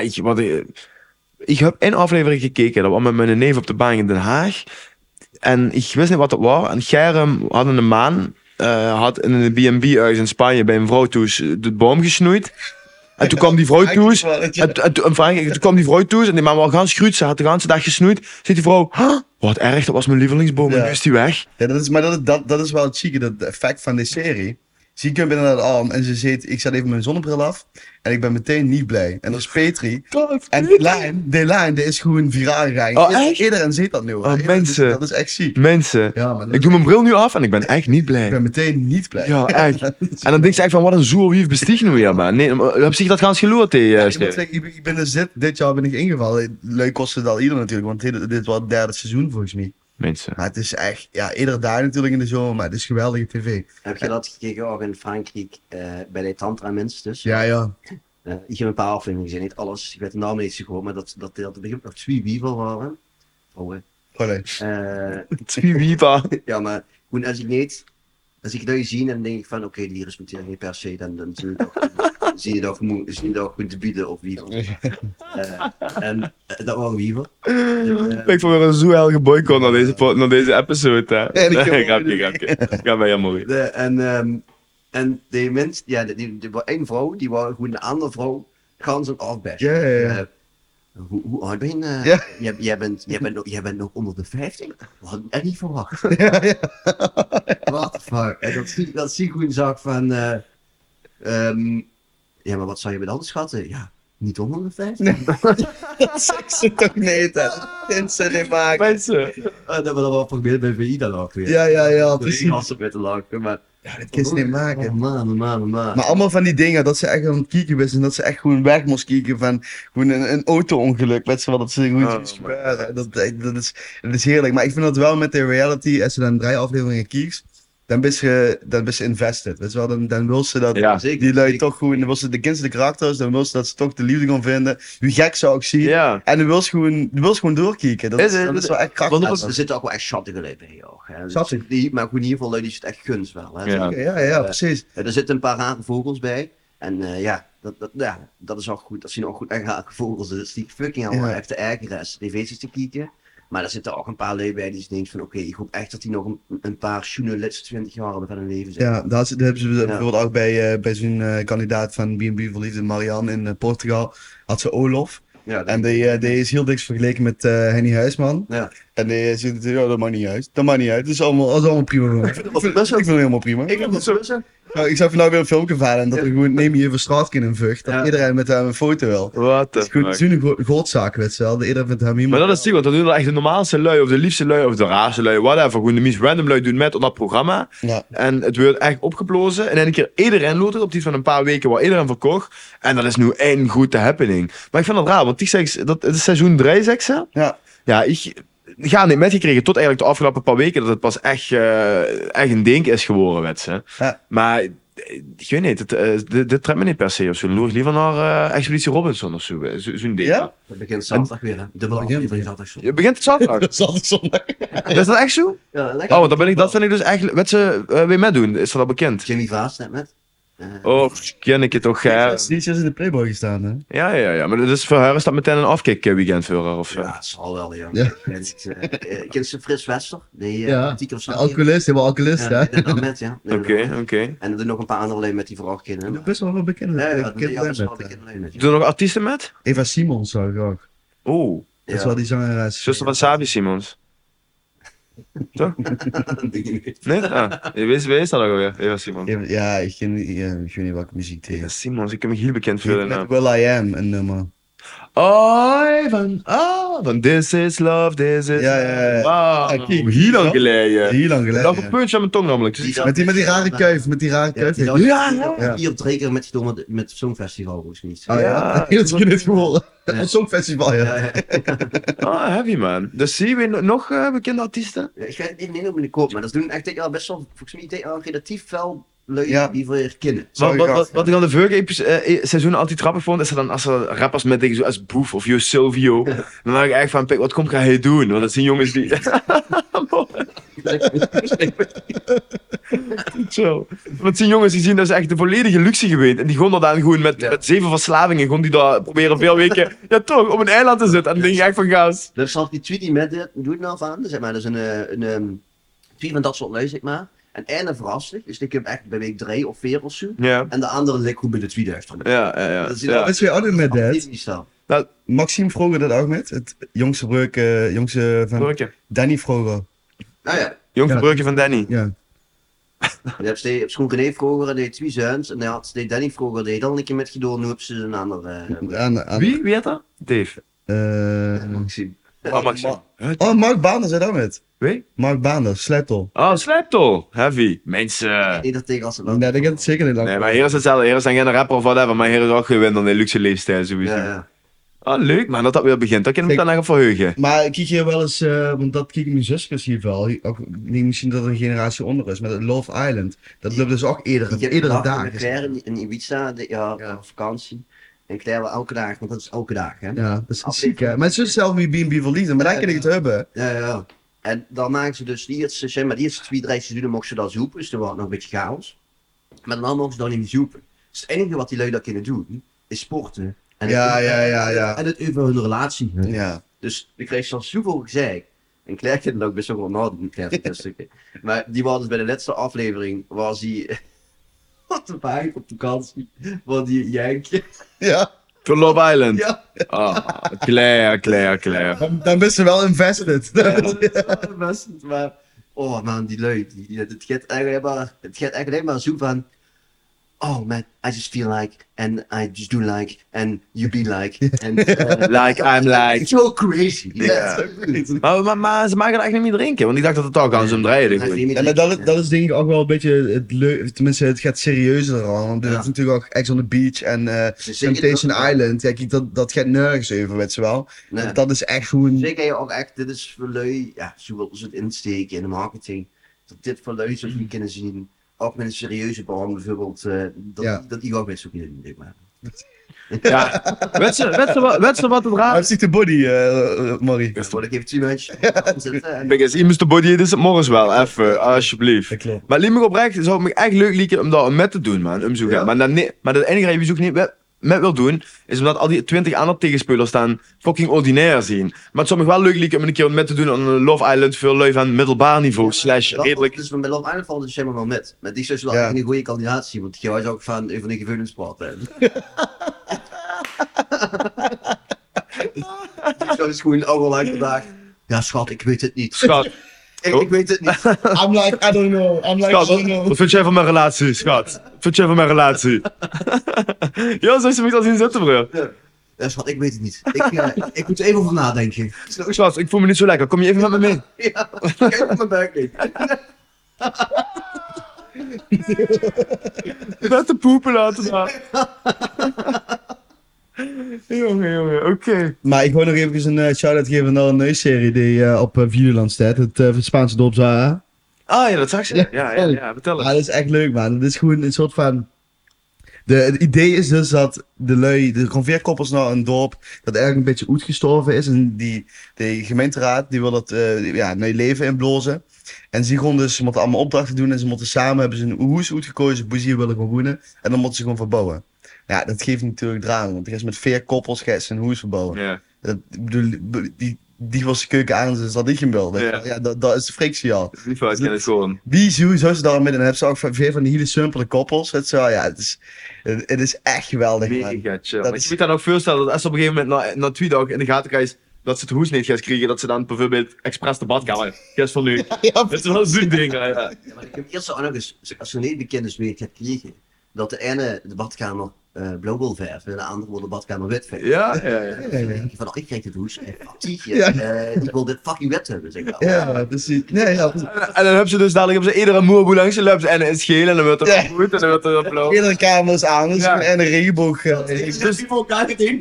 ik heb één aflevering gekeken. Dat was met mijn neef op de bank in Den Haag. En ik wist niet wat het was. En Germ had een man, had in een B&B ergens in Spanje bij een vrouw thuis de boom gesnoeid. En toen kwam die vrouw thuis. Toen kwam die vrouw thuis en die man was ganz gruut. Ze had de hele dag gesnoeid. Zegt die vrouw, huh? Wat erg, dat was mijn lievelingsboom. En Ja. nu is die weg. Ja, dat is wel het chique, dat effect van die serie. Zie ik hem inderdaad aan en ze zegt, ik zet even mijn zonnebril af en ik ben meteen niet blij. En dat is Petri. En die lijn, die is gewoon viraal gegaan. Oh, echt? Iedereen ziet dat nu. Oh, Iedereen- mensen. Dat is echt ziek. Mensen, Ja, maar ik doe mijn bril nu af en ik ben echt niet ik blij. ben meteen niet blij. Ja, echt. En dan denk je echt van, wat een zoer wie bestieg nu weer, man. Nee, heb zich dat gaan geloerd, Ja, ik moet Steve? zeggen, ik ben dus dit jaar ben ik ingevallen. Leuk kostte het al ieder natuurlijk, want dit was het derde seizoen volgens mij. Mensen. Maar het is echt, ja, ieder daar natuurlijk in de zomer, maar het is geweldige tv. Heb je dat gekeken ook in Frankrijk bij de Tantra mensen dus? Ja, ja. Ik heb een paar afleveringen gezien, niet alles. Ik weet de naam niet zo goed, maar dat begint nog twee wievel waren. Vrouwen. Allee. Twiwipa. Ja, maar gewoon als ik dat zie, dan denk ik van oké, die respecteren niet per se, dan zie je dat goed te bieden op wievel. En dat was een wievel. Ik vond weer een zo heilige boycott naar deze episode, hè. Ja, die kan- Grapje. Ga bij jou mooi. En die mensen, ja, die was één vrouw, die was gewoon een andere vrouw, gaan ze afbashen. Ja, ja, ja. Hoe oud ben je? Ja. Jij bent nog onder de 50? Dat had ik echt niet verwacht. Ja, ja. What the fuck? En dat zie ik gewoon zag van, ja, maar wat zou je met anders schatten? Ja, niet onder de 50. Dat zegt ze toch niet, hè? Mensen die maken. Mensen. Dat was wel probeerd bij VI dan ook weer. Ja, Dus precies. ik was op met te lachen, maar... Ja, dit kun je niet maken. Man. Maar allemaal van die dingen, dat ze echt aan het kijken was en dat ze echt gewoon weg moest kijken van gewoon een auto-ongeluk. Weet je wel, dat ze gewoon Oh, iets gebeuren. Dat is heerlijk. Maar ik vind dat wel met de reality, als je dan 3 afleveringen kiest, dan ben je invested. Weet je wel, dan wil ze dat, Ja, zeker. die lui toch gewoon, dan wil ze de kinderen de karakters, dan wil ze dat ze toch de liefde gaan vinden. Hoe gek zou ik zien. Ja. En dan wil ze gewoon doorkijken. Dat is wel echt Want krachtig. er zitten ook wel echt schattige lui bij ook. Hè. Schattig. Maar goed, in ieder geval lui die het echt gunst wel. Hè. Ja. Ja, precies. Er zitten een paar rare vogels bij. En dat is ook goed. Dat zien ook goed echt rare vogels. Dat is die fucking allemaal Ja. echt de ergeres. TV's te kijken. Maar er zitten ook een paar lui bij die denken van oké, ik hoop echt dat die nog een paar journalisten 20 jaar van hun leven zijn. Ja, dat hebben ze bijvoorbeeld ook bij zo'n kandidaat van B&B voor Liefde, Marianne in Portugal, had ze Olof. Ja, En die is heel diks vergeleken met Henny Huisman. ja. En die zegt, ja, dat maakt niet uit. Dat maakt niet uit. Dat is allemaal prima. Ik vind het helemaal prima. Ik heb het zo zeggen. Nou, ik zag vandaag weer een filmpje van en dat er gewoon, neem je even straatje in Vught, dat Ja. iedereen met hem een foto wil. What Dat the is gewoon fuck. zo'n godszaak, weet je wel. Dat iedereen vindt hem Maar iemand. dat is ziek, want dat doen echt de normaalste lui, of de liefste lui, of de raarste lui, whatever. Gewoon de meest random lui doen met op dat programma. Ja. En het wordt echt opgeplozen. En in een keer iedereen loopt het op iets van een paar weken waar iedereen verkocht. En dat is nu één grote happening. Maar ik vind dat raar, want die zegt, dat het is seizoen 3, zegt ze. Ja. Ja, ga niet metgekregen tot eigenlijk de afgelopen paar weken dat het pas echt een ding is geworden, weet je. Ja. Maar ik weet niet, dit trekt me niet per se of zo. Dan loer ik liever naar Expeditie Robinson of zo. Zo'n ding. Ja? Dat begint zaterdag weer, hè. Dubbele aflevering zaterdag. Je begint het zaterdag. Dat is altijd zondag. Is dat echt zo? Ja, lekker. Oh, dat vind ik dus echt, wat ze weer met doen, is dat al bekend? Jimmy Vaas net met. Oh, ken ik het toch. Die is in de Playboy gestaan, hè? Ja, maar dus voor haar is dat meteen een afkick weekend voor haar of zo. Ja, het zal wel, ja. Ja. Ken ze Frits Wester? Die Ja, politiek of zo. alcoholist, helemaal alcoholist, Ja, hè? die doet met, ja. Oké. En er doen nog een paar andere alleen met die vraagkinderen. Dat is best wel een bekende. Ja, dat bekende is best wel met, bekend alleen met. Doen er nog artiesten met? Eva Simons zou ik ook. Oeh, Dat is wel die zangeres. zuster van Savi Simons. Toch? Nee? Ah, wie is dat ook alweer? Eva Simons. Ja, ik weet niet welke muziek Eva tegen. Simons, ik kan me heel bekend vinden. Met Will I Am, een nummer. Van This is Love, This is... Ja. Ah, Ja, kijk. heel lang geleden. Heel lang Dat geleden. een puntje aan mijn tong namelijk. Dus Die ik- Met die rare kuif, Ja. 4 of 3 keer met het Songfestival, volgens mij. Oh ja, Ja. heel het geworden. Ja. Het Songfestival, ja. Ja. Ah, heavy man. Dus zie je nog bekende artiesten? Ik ga het even niet op de koop, maar dat doen echt al best wel, volgens mij, relatief veel lui Ja. die voor je kennen. Wat ik aan de vorige seizoenen altijd grappig vond, is dat dan als er rappers met dingen zoals Boef of Jo Silvio, dan dacht ik echt van, pik, wat komt hij doen? Want dat zijn jongens die... Zo. Want het zijn jongens die zien dat ze echt de volledige luxe gewend. En die gaan er dan gewoon met 7 verslavingen, gewoon die daar proberen veel weken, ja toch, op een eiland te zitten. En dan denk je echt van gas. Dus zal die tweet die met dit doet nou van, zeg maar, dus een twee van dat soort lui, zeg maar. En ene verrassing, dus ik heb echt bij week 3 of 4 of zo. Ja. En de andere ligt goed bij de tweede heeft. Ja. Dat is Ja. Wat is weer ouder met dat? niet staan. Maxime vroeger dat ook met. Het jongste broer, jongste van Brugge. Danny vroeger. Nou ja, Jongste Ja. broertje van Danny. Ja. je hebt op schoon René vroeger en die had 2 zoons. En hij had die Danny vroeger, die dan een keer met gedaan, nu hebben ze een andere. Wie heet dat? Dave. Maxime. Oh, Maxime. Oh, Mark Baanders zei dat met. Wie? Mark Baanders, Sleptol. Oh, Slijptol. Heavy. Mensen. Ieder tegen als ze Nee, dat gaat het zeker niet lang. Nee, maar hier is hetzelfde. Hier zijn geen rapper of whatever, maar hier is ook gewend aan de luxe leefstijl sowieso. Ja. Oh, leuk man, dat weer begint. Dat kan ik me dan echt verheugen. Maar ik kijk hier wel eens, want dat kijken mijn zusjes hier wel. Ook, niet misschien dat er een generatie onder is, met Love Island. Dat loopt dus ook Ik heb iedere een dag. dag in Ibiza, op vakantie. En ik leer wel elke dag, want dat is elke dag, hè. Ja, dat is ziek hè. Mijn zus zelf met B&B verliezen, maar daar kan ik het hebben. Ja. En dan maken ze dus die eerste 2, 3 seizoenen mochten ze dat zoeken, dus toen was het nog een beetje chaos. Maar dan mochten ze dan niet meer zoeken. Dus het enige wat die lui dat kunnen doen, is sporten. En Ja. En het over hun relatie. Ja. Dus ik kreeg zelfs zoveel gezegd. En Claire kent ook best wel nadenken, Claire een stukje. Maar die was dus bij de laatste aflevering, was hij wat een paar op vakantie, was die jankje. Ja, Voor Love Island. Ja. Oh, Claire. dan ben je wel invested. Maar, oh man, die lui, het gaat eigenlijk maar zo van, oh man, I just feel like, and I just do like, and you be like, and Like, I'm like. it's so crazy. Ja. Yeah. Maar ze maken er echt niet meer drinken, want ik dacht dat het al kan zo draaien. Ja, maar dat is denk ik ook wel een beetje het leuke, tenminste het gaat serieuzer al. Want er Ja. is natuurlijk ook Ex on the Beach en Temptation Island. Ja, kijk, dat gaat nergens over, weet je wel. Nee. Want dat is echt gewoon... Zeker je ook echt, dit is voor lui, ja, zo willen ze het insteken in de marketing. Dat dit voor lui zou je kunnen zien. Ook met een serieuze baan bijvoorbeeld, dat die ook best zo kunnen doen, maar. Ja. Weet je wat het Hij raar heeft zich de body, Marie. Dat word ik even too much. is? Je moest de body, dit is het morgens wel, even, alsjeblieft. Dat klopt. Maar liep me oprecht, zou het me echt leuk lieken om dat met te doen, man. Om zo gaan. Maar dat enige reden wie ik niet met wil doen, is omdat al die 20 andere tegenspelers staan fucking ordinair zien. Maar het zou me wel leuk lieken om een keer met te doen aan een Love Island voor lui van middelbaar niveau, slash redelijk. Dus met Love Island valt dus helemaal wel met. Maar die is wel Ja. echt een goede kandidatie, want jij was ook van de gevoelenssport. Die zou dus gewoon al lang vandaag. Ja schat, ik weet het niet. Schat, Ik weet het niet. I'm like, I don't know. I'm like, I schat, don't know. wat vind jij van mijn relatie, schat? Wat vind jij van mijn relatie? Ja, zo is het niet al zien zitten, broer. Ja schat, ik weet het niet. Ik moet er even over nadenken. Schat, ik voel me niet zo lekker. Kom je even met me mee? Ja, kijk op mijn buik niet. Met de poepen laten daar. Jongen, oké. Maar ik wil nog even een shout-out geven naar een nieuwe serie die op Videoland staat. Het Spaanse dorp Zara. Ah ja, dat zag ze. Ja, vertel Ja, eens. dat is echt leuk, man. Het is gewoon een soort van... Het idee is dus dat de conveerkoppels naar een dorp dat eigenlijk een beetje uitgestorven is. En die gemeenteraad die wil dat nieuw leven inblozen. En ze gaan dus, ze moeten allemaal opdrachten doen en ze moeten samen, hebben ze een huis uitgekozen, hoe ze hier willen gaan wonen. En dan moeten ze gewoon verbouwen. Ja, dat geeft natuurlijk drama, want er is met 4 koppels gaat ze een huis verbouwen. Ja. Ik bedoel, die was de keuken aan, dus dat ik hem wilde. Ja. Ja, dat is de frictie al. Die fout ken ik gewoon. Wie zou ze daar midden? En heb ze ook veel van die hele simpele koppels. Het is echt geweldig, man. Mega chill. Dat Maar is- je moet dan ook voorstellen dat als ze op een gegeven moment na 2 dagen in de gaten krijgen dat ze het hoes niet gaat krijgen, dat ze dan bijvoorbeeld expres de badkamer gaat van nu. Ja, Dat is wel zo'n ding. Ja. Ja, maar ik heb eerst ook nog eens, als je niet bekend is wie het gaat krijgen, dat de ene de badkamer blauw wil verven en de andere wil de badkamer wit verven. Ja. Dan denk ik van, ik krijg dit hoes, Ja. ik wil dit fucking wit hebben, zeg ik wel. Ja, precies. Nee, ja, precies. En dan hebben ze dus dadelijk hebben ze iedere moerboel langs de lopen en in het geel en dan wordt het Ja. goed en dan wordt het blauw. Iedere kamer is aan, dus Ja. en een regenboog. Dus die voor elkaar gedenkt.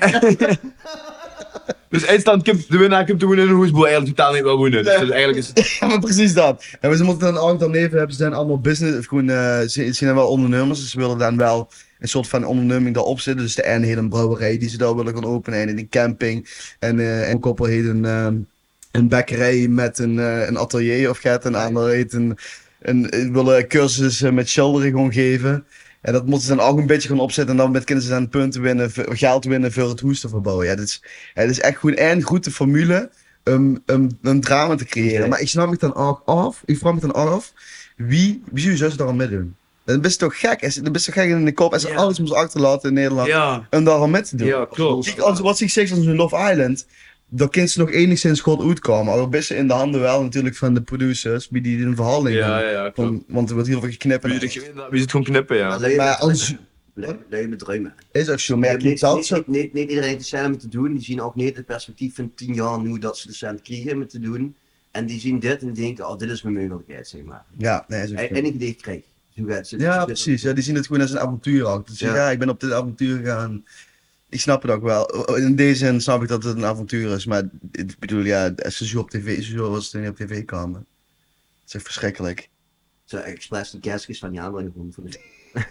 Dus eindstand komt de winnaar komt te wonen in een hoesboel eigenlijk totaal niet wel wonen. Dus eigenlijk is het... Ja, maar precies dat. En ze moeten dan ook dan even hebben ze dan allemaal business, of gewoon, ze zijn wel ondernemers, dus ze willen dan wel een soort van onderneming daarop zitten. Dus de ene heeft een brouwerij die ze daar willen gaan openen, en een camping. En een koppel heeft een bakkerij met een atelier of gaat, en een ander heeft willen cursussen met schilderen gaan geven. En dat moeten ze dan ook een beetje gaan opzetten en dan kunnen ze dan punten winnen, geld winnen voor het hoes te verbouwen. Ja, het is echt gewoon een goede formule om een drama te creëren. Ja. Maar ik snap me dan ook af, ik vraag me dan af, wie zou ze daar aan meedoen? Dan ben je toch gek, dan ben je toch gek in de kop als ze Ja. alles moest achterlaten in Nederland Ja, om daar aan mee te doen. ja, klopt. Kijk, wat ik zeg, als een Love Island, daar kan ze nog enigszins goed uitkomen. Al best in de handen wel natuurlijk van de producers, wie die een verhaal nemen. Ja, klopt. Want er wordt heel veel geknipt. Wie zit het gewoon knippen, ja. Maar als Leuk met druimen. is ook zo, maar Niet, kijk, dat zo. niet iedereen heeft scène met te doen. Die zien ook niet het perspectief van 10 jaar nu dat ze de scène krijgen met te doen. En die zien dit en die denken, oh dit is mijn mogelijkheid, zeg maar. Ja, nee, is ook zo. En ik die krijg. Zo gaat het. Ja, precies. Ja, die zien het gewoon als een avontuur ook. Dus ja, ik ben op dit avontuur gegaan. Ik snap het ook wel. In deze zin snap ik dat het een avontuur is. Maar ik bedoel, ja, als ze zo op tv, zo was het niet op tv kwamen. Het is echt verschrikkelijk. Zo expres de kerstjes van die andere gewoon voor de...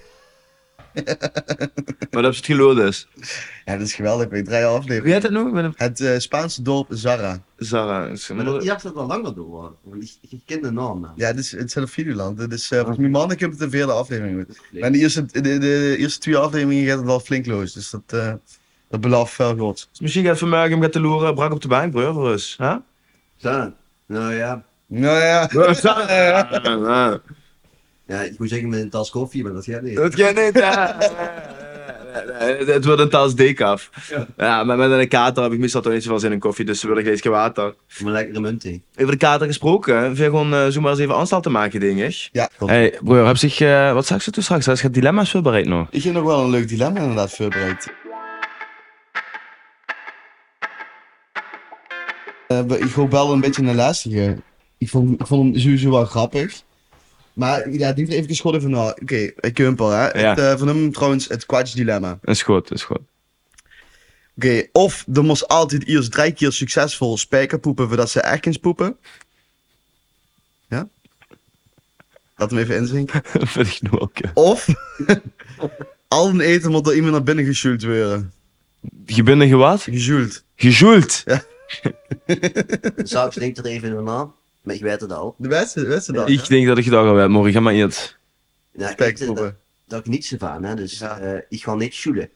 Maar dat is het geloot is. Ja, dat is geweldig. Ik 3 afleveringen. Wie had het nog? Met een Het Spaanse dorp Zara. Zara. Maar dat jaagt het al langer door. Want ik ken de naam nou. Ja, het is op Videoland. Het is, volgens mij maandag komt het de 4e aflevering. Maar de eerste 2 afleveringen gaat het wel flink los. Dus dat belooft veel goed. Dus misschien gaat vanmorgen hem gaat te loeren, brak op de bank, broer, voor ons. Huh? Zo. Nou ja. Nou ja. Ja, ik moet zeggen met een tas koffie, maar dat gaat niet. Dat gaat niet. Het wordt een tas decaf. Ja, maar met een kater heb ik meestal toch niet zoveel zin in koffie, dus we willen geen water. Maar lekkere munt heen. Over de kater gesproken, wil je gewoon zo maar eens even aanstel te maken, denk ik. Ja. Hey, broer, heb zich, wat zag ze toen straks? Hij gaat dilemma's voorbereid nog. Ik heb nog wel een leuk dilemma inderdaad voorbereid. Ik hoop wel een beetje een lastige. Ik vond hem sowieso wel grappig. Maar ja, die even geschot van nou, oké, Kumpel hè. Ja. Van hem trouwens het kwartje-dilemma. Is goed, is goed. Oké, of er moest altijd eerst 3 keer succesvol spijkerpoepen voordat ze echt eens poepen. Ja? Laat hem even inzinken. Vind ik nu ook. Of al een eten moet door iemand naar binnen gesjoeld worden. Je bent een gewat? Gesjoeld. Gejoeld. Zou ik denk er even na, maar ik weet het al. De beste dan. Ik denk dat ik het ook al weet, morgen ga maar niet. Nou, Spijkerpoepen. dat ik niet zo van, hè, dus Ja. ik ga niet sjoelen.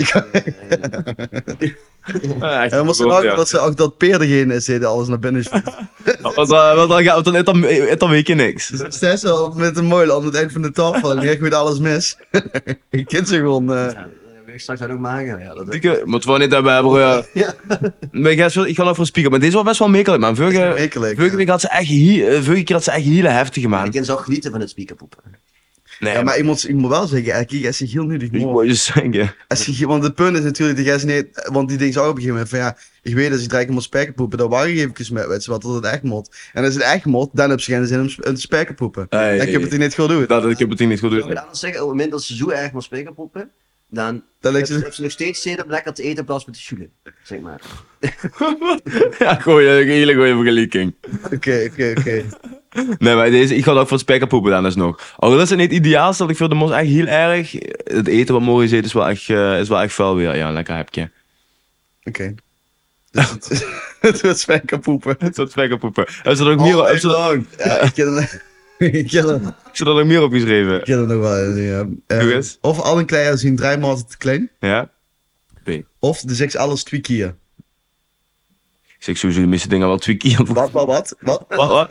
En dan moest ook dat ze ook dat Peer degene is die alles naar binnen sjoelt. Want dan gaat het dan week je niks. Dus steeds zo met een mooi aan het eind van de tafel en je goed alles mis. Je kent ze gewoon. Ja, wil ik straks ook maken. Ja, dat Moeten we niet hebben, broer. Ja. Maar ik ga nog voor een speaker, maar deze was best wel makkelijk, man. Vorige week had ze echt vorige keer had ze echt hele heftige, man. Ik kan zo genieten van het speakerpoepen. Nee, Ja, maar ik moet wel zeggen, kijk, als je heel nu ik die moet je zeggen. want het punt is natuurlijk, die gast niet, want die denkt zo op een gegeven moment van ja, ik weet dat je 3 keer moet spijkerpoepen, dan wacht ik even met, weet je wat, tot het echt moet. En als het echt moet, dan heb je geen zin om te spijkerpoepen. Hey. Dan heb je het niet goed doen. Dat ik heb het niet goed Ik doen. wil anders zeggen, op het moment dat ze zo erg moet speakerpoepen, Dan Dat lijkt heb ze... ze nog steeds zin om lekker te eten in plaats van te sjoelen. Zeg maar. Ja, een hele goede vergelijking. Oké. Nee, maar ik ga ook voor spijkerpoepen dan dus nog. Al is het niet ideaal, stel ik vind de mos echt heel erg. Het eten wat morgen eet is wel echt vuil weer. Ja, lekker hebje. Oké. Dus het wordt spijkerpoepen. Het soort spijkerpoepen. Heb je er ook meer, heb je er- lang. Ja, ik ken het. Ik ken het. heb je er nog meer opgeschreven? Ik ken het nog wel. Ja. Doe eens. Of alle kleieren zien 3 maten te klein. Ja? B. Of de 6 alles 2 keer. Ik zeg sowieso de meeste dingen wel 2 keer. Wat? Wat?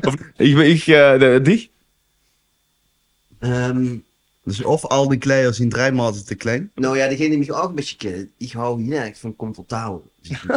Die? Dus of al die kleieren zien 3 maten te klein. Nou ja, degene die mich ook een beetje kent, ik hou hier echt van comfortabel.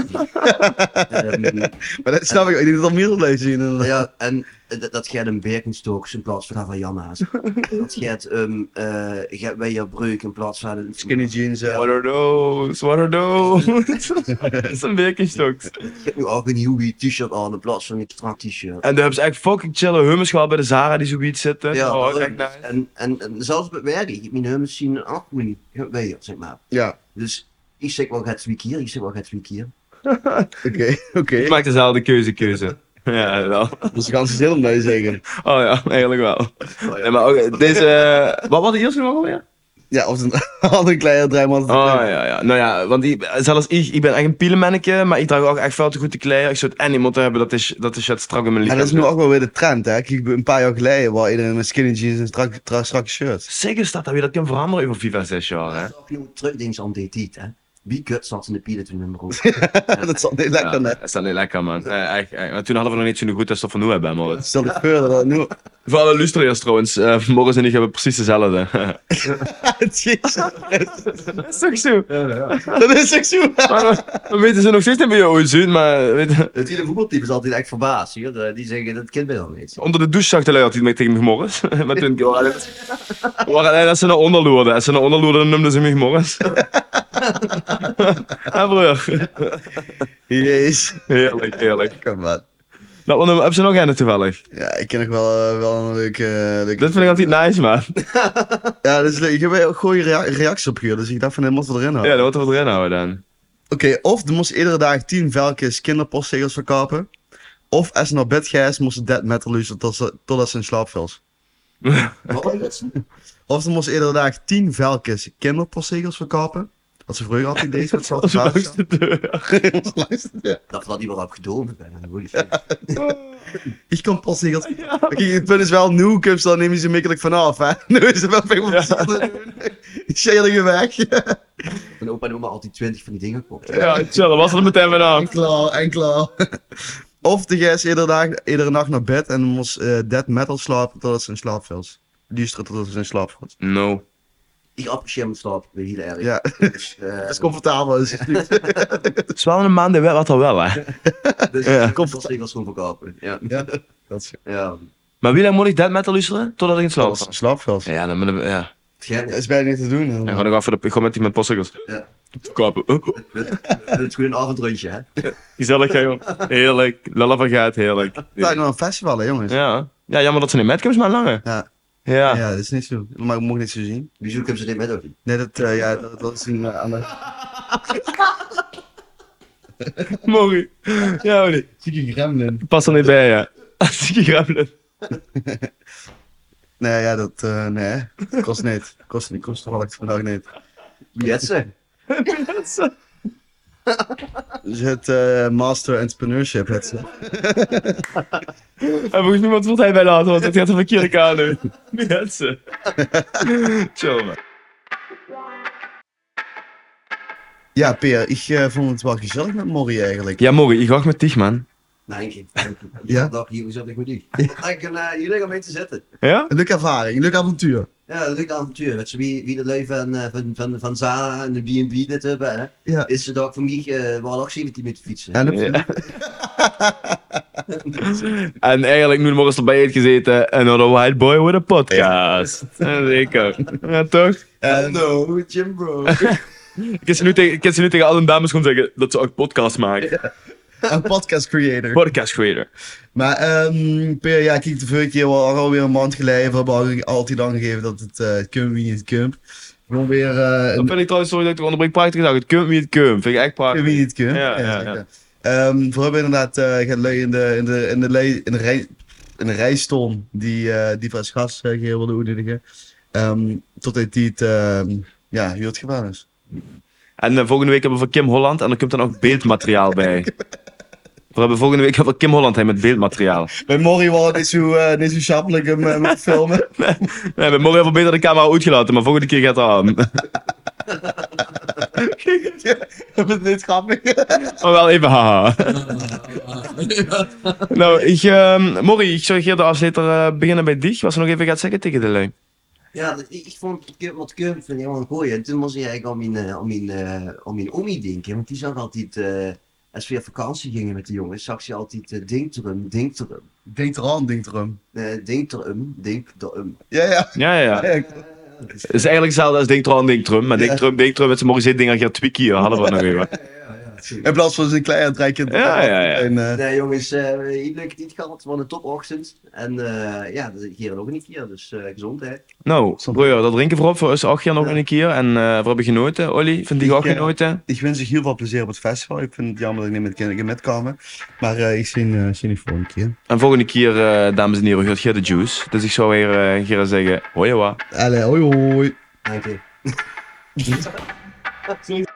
Maar dat snap ik. Ik denk dat er meerdere zien. Ja, en dat gaat een Birkenstocks in plaats van Havaianas. Dat gaat bij je breuk in plaats van een Skinny jeans. What are those? What are those? Dat is een Birkenstocks. Je hebt nu ook een Huey t-shirt aan in plaats van een strak t-shirt. En daar hebben ze echt fucking chille hummus gehad bij de Zara die zoiets zitten. Ja, Oh, echt nice. en zelfs met werk, ik heb mijn hummus zien ook niet weer, zeg maar. Ja, Dus ik zeg wel, gaat 2 keer, ik zeg wel, gaat 2 keer. oké. Ik maak dezelfde keuze. Ja, wel. Dus gaan ze zin om mij zeggen. Oh ja, eigenlijk wel. Nee, maar ook deze... wat was de eerste nog alweer? Ja, of een andere kleier 3 maten te Oh klein. ja. Nou ja, want zelfs ik ben echt een pielenmanneke, maar ik draag ook echt veel te goed de kleren. Ik zou het en niet moeten hebben dat is het strak in mijn En lichaam. dat is nu ook wel weer de trend, hè. Kijk, een paar jaar geleden waar iedereen met skinny jeans en strakke shirt. Zeker staat dat weer, dat kan veranderen over 5 à 6 jaar, hè. Dat is ook nu terugdenken aan dit tijd, hè. Wie kut zat in de pielen toen in de broek? Dat is altijd lekker, Ja, net. dat is dan niet lekker, man. Echt. Maar toen hadden we nog niet zo'n goed als dat van nu hebben, maar... Stel je voor dat nu... Voor alle luisteraars trouwens, Morris en ik hebben precies dezelfde. Jezus. Dat is toch zo? Dat is echt zo. We weten ze nog steeds niet meer hoe het zien, maar weet je, Het hele voetbalteam is altijd echt verbaasd, hier. Die zeggen, dat kind ben je al niet. onder de douche zag de lui altijd mee tegen mij Morris. Maar toen als ze naar onder loerden. Als ze naar onder loerden, dan noemden ze mij Morris. Ja, broer. Jezus. Heerlijk. Kom maar. Nou, hebben ze nog een toevallig? Ja, ik ken nog wel een leuke... Dat vind ik altijd nice, man. Ja, dat is leuk. Ik heb ook goede reacties op gehoord, dus ik dacht van, hij moet wel erin houden. Ja, dat wordt er wat erin houden dan. Oké, of er moest iedere dag 10 velkjes kinderpostzegels verkopen. Of als ze naar bed gaan, moesten death metal luisteren totdat ze in slaap viel. Wat was het? Of ze moesten iedere dag 10 velkjes kinderpostzegels verkopen. Dat ze vroeger altijd deze met Dat is langs de deur. Dat had die wel opgedomen. Ik kan postzegels. Kijk, het punt is wel, nu kun je dan neem je ze makkelijk vanaf, hè. Nu is er wel veel plezier doen. Ik zeg je weg. Mijn opa en oma altijd 20 van die dingen gekocht. Ja, chill, dat was er meteen vandaan. En klaar. Of de gijs iedere nacht naar bed en moest death metal slapen totdat ze in slaap viel. Luisteren totdat ze in slaap viel. No. Ik apprecieer mijn slaap weer heel erg. Ja, Dus, dat is comfortabel. Dus Het is wel een maand wat al wel, hè. dus Ja. ik kom van regels gewoon verkopen. Ja. ja, dat is Ja. Maar wie lang moet ik death metal luisteren? Totdat ik in slaap in val? slaap viel. Ja, dan moet ik... Ja. Het Dat is bijna niet te doen. En gewoon nog even ik ga met die met postzegels Ja. kopen. Het is gewoon een avondrondje, hè? Gezellig, hè, joh. Heerlijk. Lalla vergaat, heerlijk. Ja, nog een festival, hè, jongens. Ja. Ja, jammer dat ze niet met kunnen, maar langer. Ja. Ja. Ja, dat is niet zo. Maar ik mocht niet zo zien. Wieso kunnen ze dit met ook niet? Nee, dat is een aan de... Mooi. Ja, hoor. Zieke gremlin. Pas er niet bij, ja. Zieke gremlin. Nee, ja, nee. Kost niet. Kost toevallig vandaag niet. Wie het ze? Dus het Master Entrepreneurship, het ze. En volgens niemand wordt hij bij laten, want het gaat de verkeerde kant nu. Wie het ze? Chill, man. Ja, Peer, ik vond het wel gezellig met Morrie eigenlijk. Ja, morgen. Ik ga met dich, man. Nee, Ja? Dag, hier zat ik met die. Ik kan jullie om mee te zetten. Ja? Een leuke ervaring, een leuk avontuur. Ja, een leuk avontuur. Weet je, wie het leven van Zara en de B&B dit hebben, hè? Ja. Is het ook voor mij, we hadden ook 17 minuten fietsen. En Ja. En eigenlijk nu morgens erbij heeft gezeten. Another white boy with a podcast. Ja, zeker. Ja, toch? No, Jim bro. Ik kan ze nu tegen alle dames gewoon zeggen dat ze ook podcast maken. een podcast creator. Podcast creator. Maar Peer, ja, kijk, de vorige keer alweer een maand geleden. We hebben altijd aangegeven dat het kump wie niet kump. Gewoon weer Dat een vind ik trouwens, sorry dat ik het onderbreek, prachtig gezegd. Het kunt wie het kunt. Vind ik echt prachtig. wie niet kunt. Ja, ja, zeker. ja. Voor hebben inderdaad gaat lui in de rij stonden die van gas gegeven wilden uitnodigen. Tot hij die het huurt gedaan is. En volgende week hebben we voor Kim Holland en er komt dan ook beeldmateriaal bij. We hebben volgende week voor Kim Holland met beeldmateriaal. Bij Morrie was het niet zo schappelijk om te filmen. Nee, we hebben morgen even beter de camera uitgelaten, maar volgende keer gaat het aan. Dat is niet grappig. Maar wel even haha. Nou, Morrie, ik zou hier de afsluiter beginnen bij dich. Was er nog even gaat zeggen tegen de lui? Ja, ik vond het wat Kim van heel gooi. En toen moest ik eigenlijk aan mijn omi denken. Want die zag altijd, als we op vakantie gingen met de jongens, zag ze altijd dingterum. Denk eraan, denk erom. Dingterum. Ja, ja. Ja. Het is eigenlijk hetzelfde als Dingtrum, maar Dingtrum met zijn Morrie zit dingen hier twee keer, hadden we nog even. In plaats van zijn klein aantrekken. Ja. Nee jongens, leuk het niet gehad. Het was een topochtend. En dat hier nog een keer, dus gezondheid. Nou, broer, dat drinken voorop voor ons ook hier nog een keer. En we hebben genoten. Olly, vind je ook genoten? Ik wens je heel veel plezier op het festival. Ik vind het jammer dat ik niet met kinderen met Maar ik zie je volgende keer. En volgende keer, dames en heren, gaat hier de juice. Dus ik zou weer gaan zeggen, hoi wa. Allee, hoi hoi. Dank je.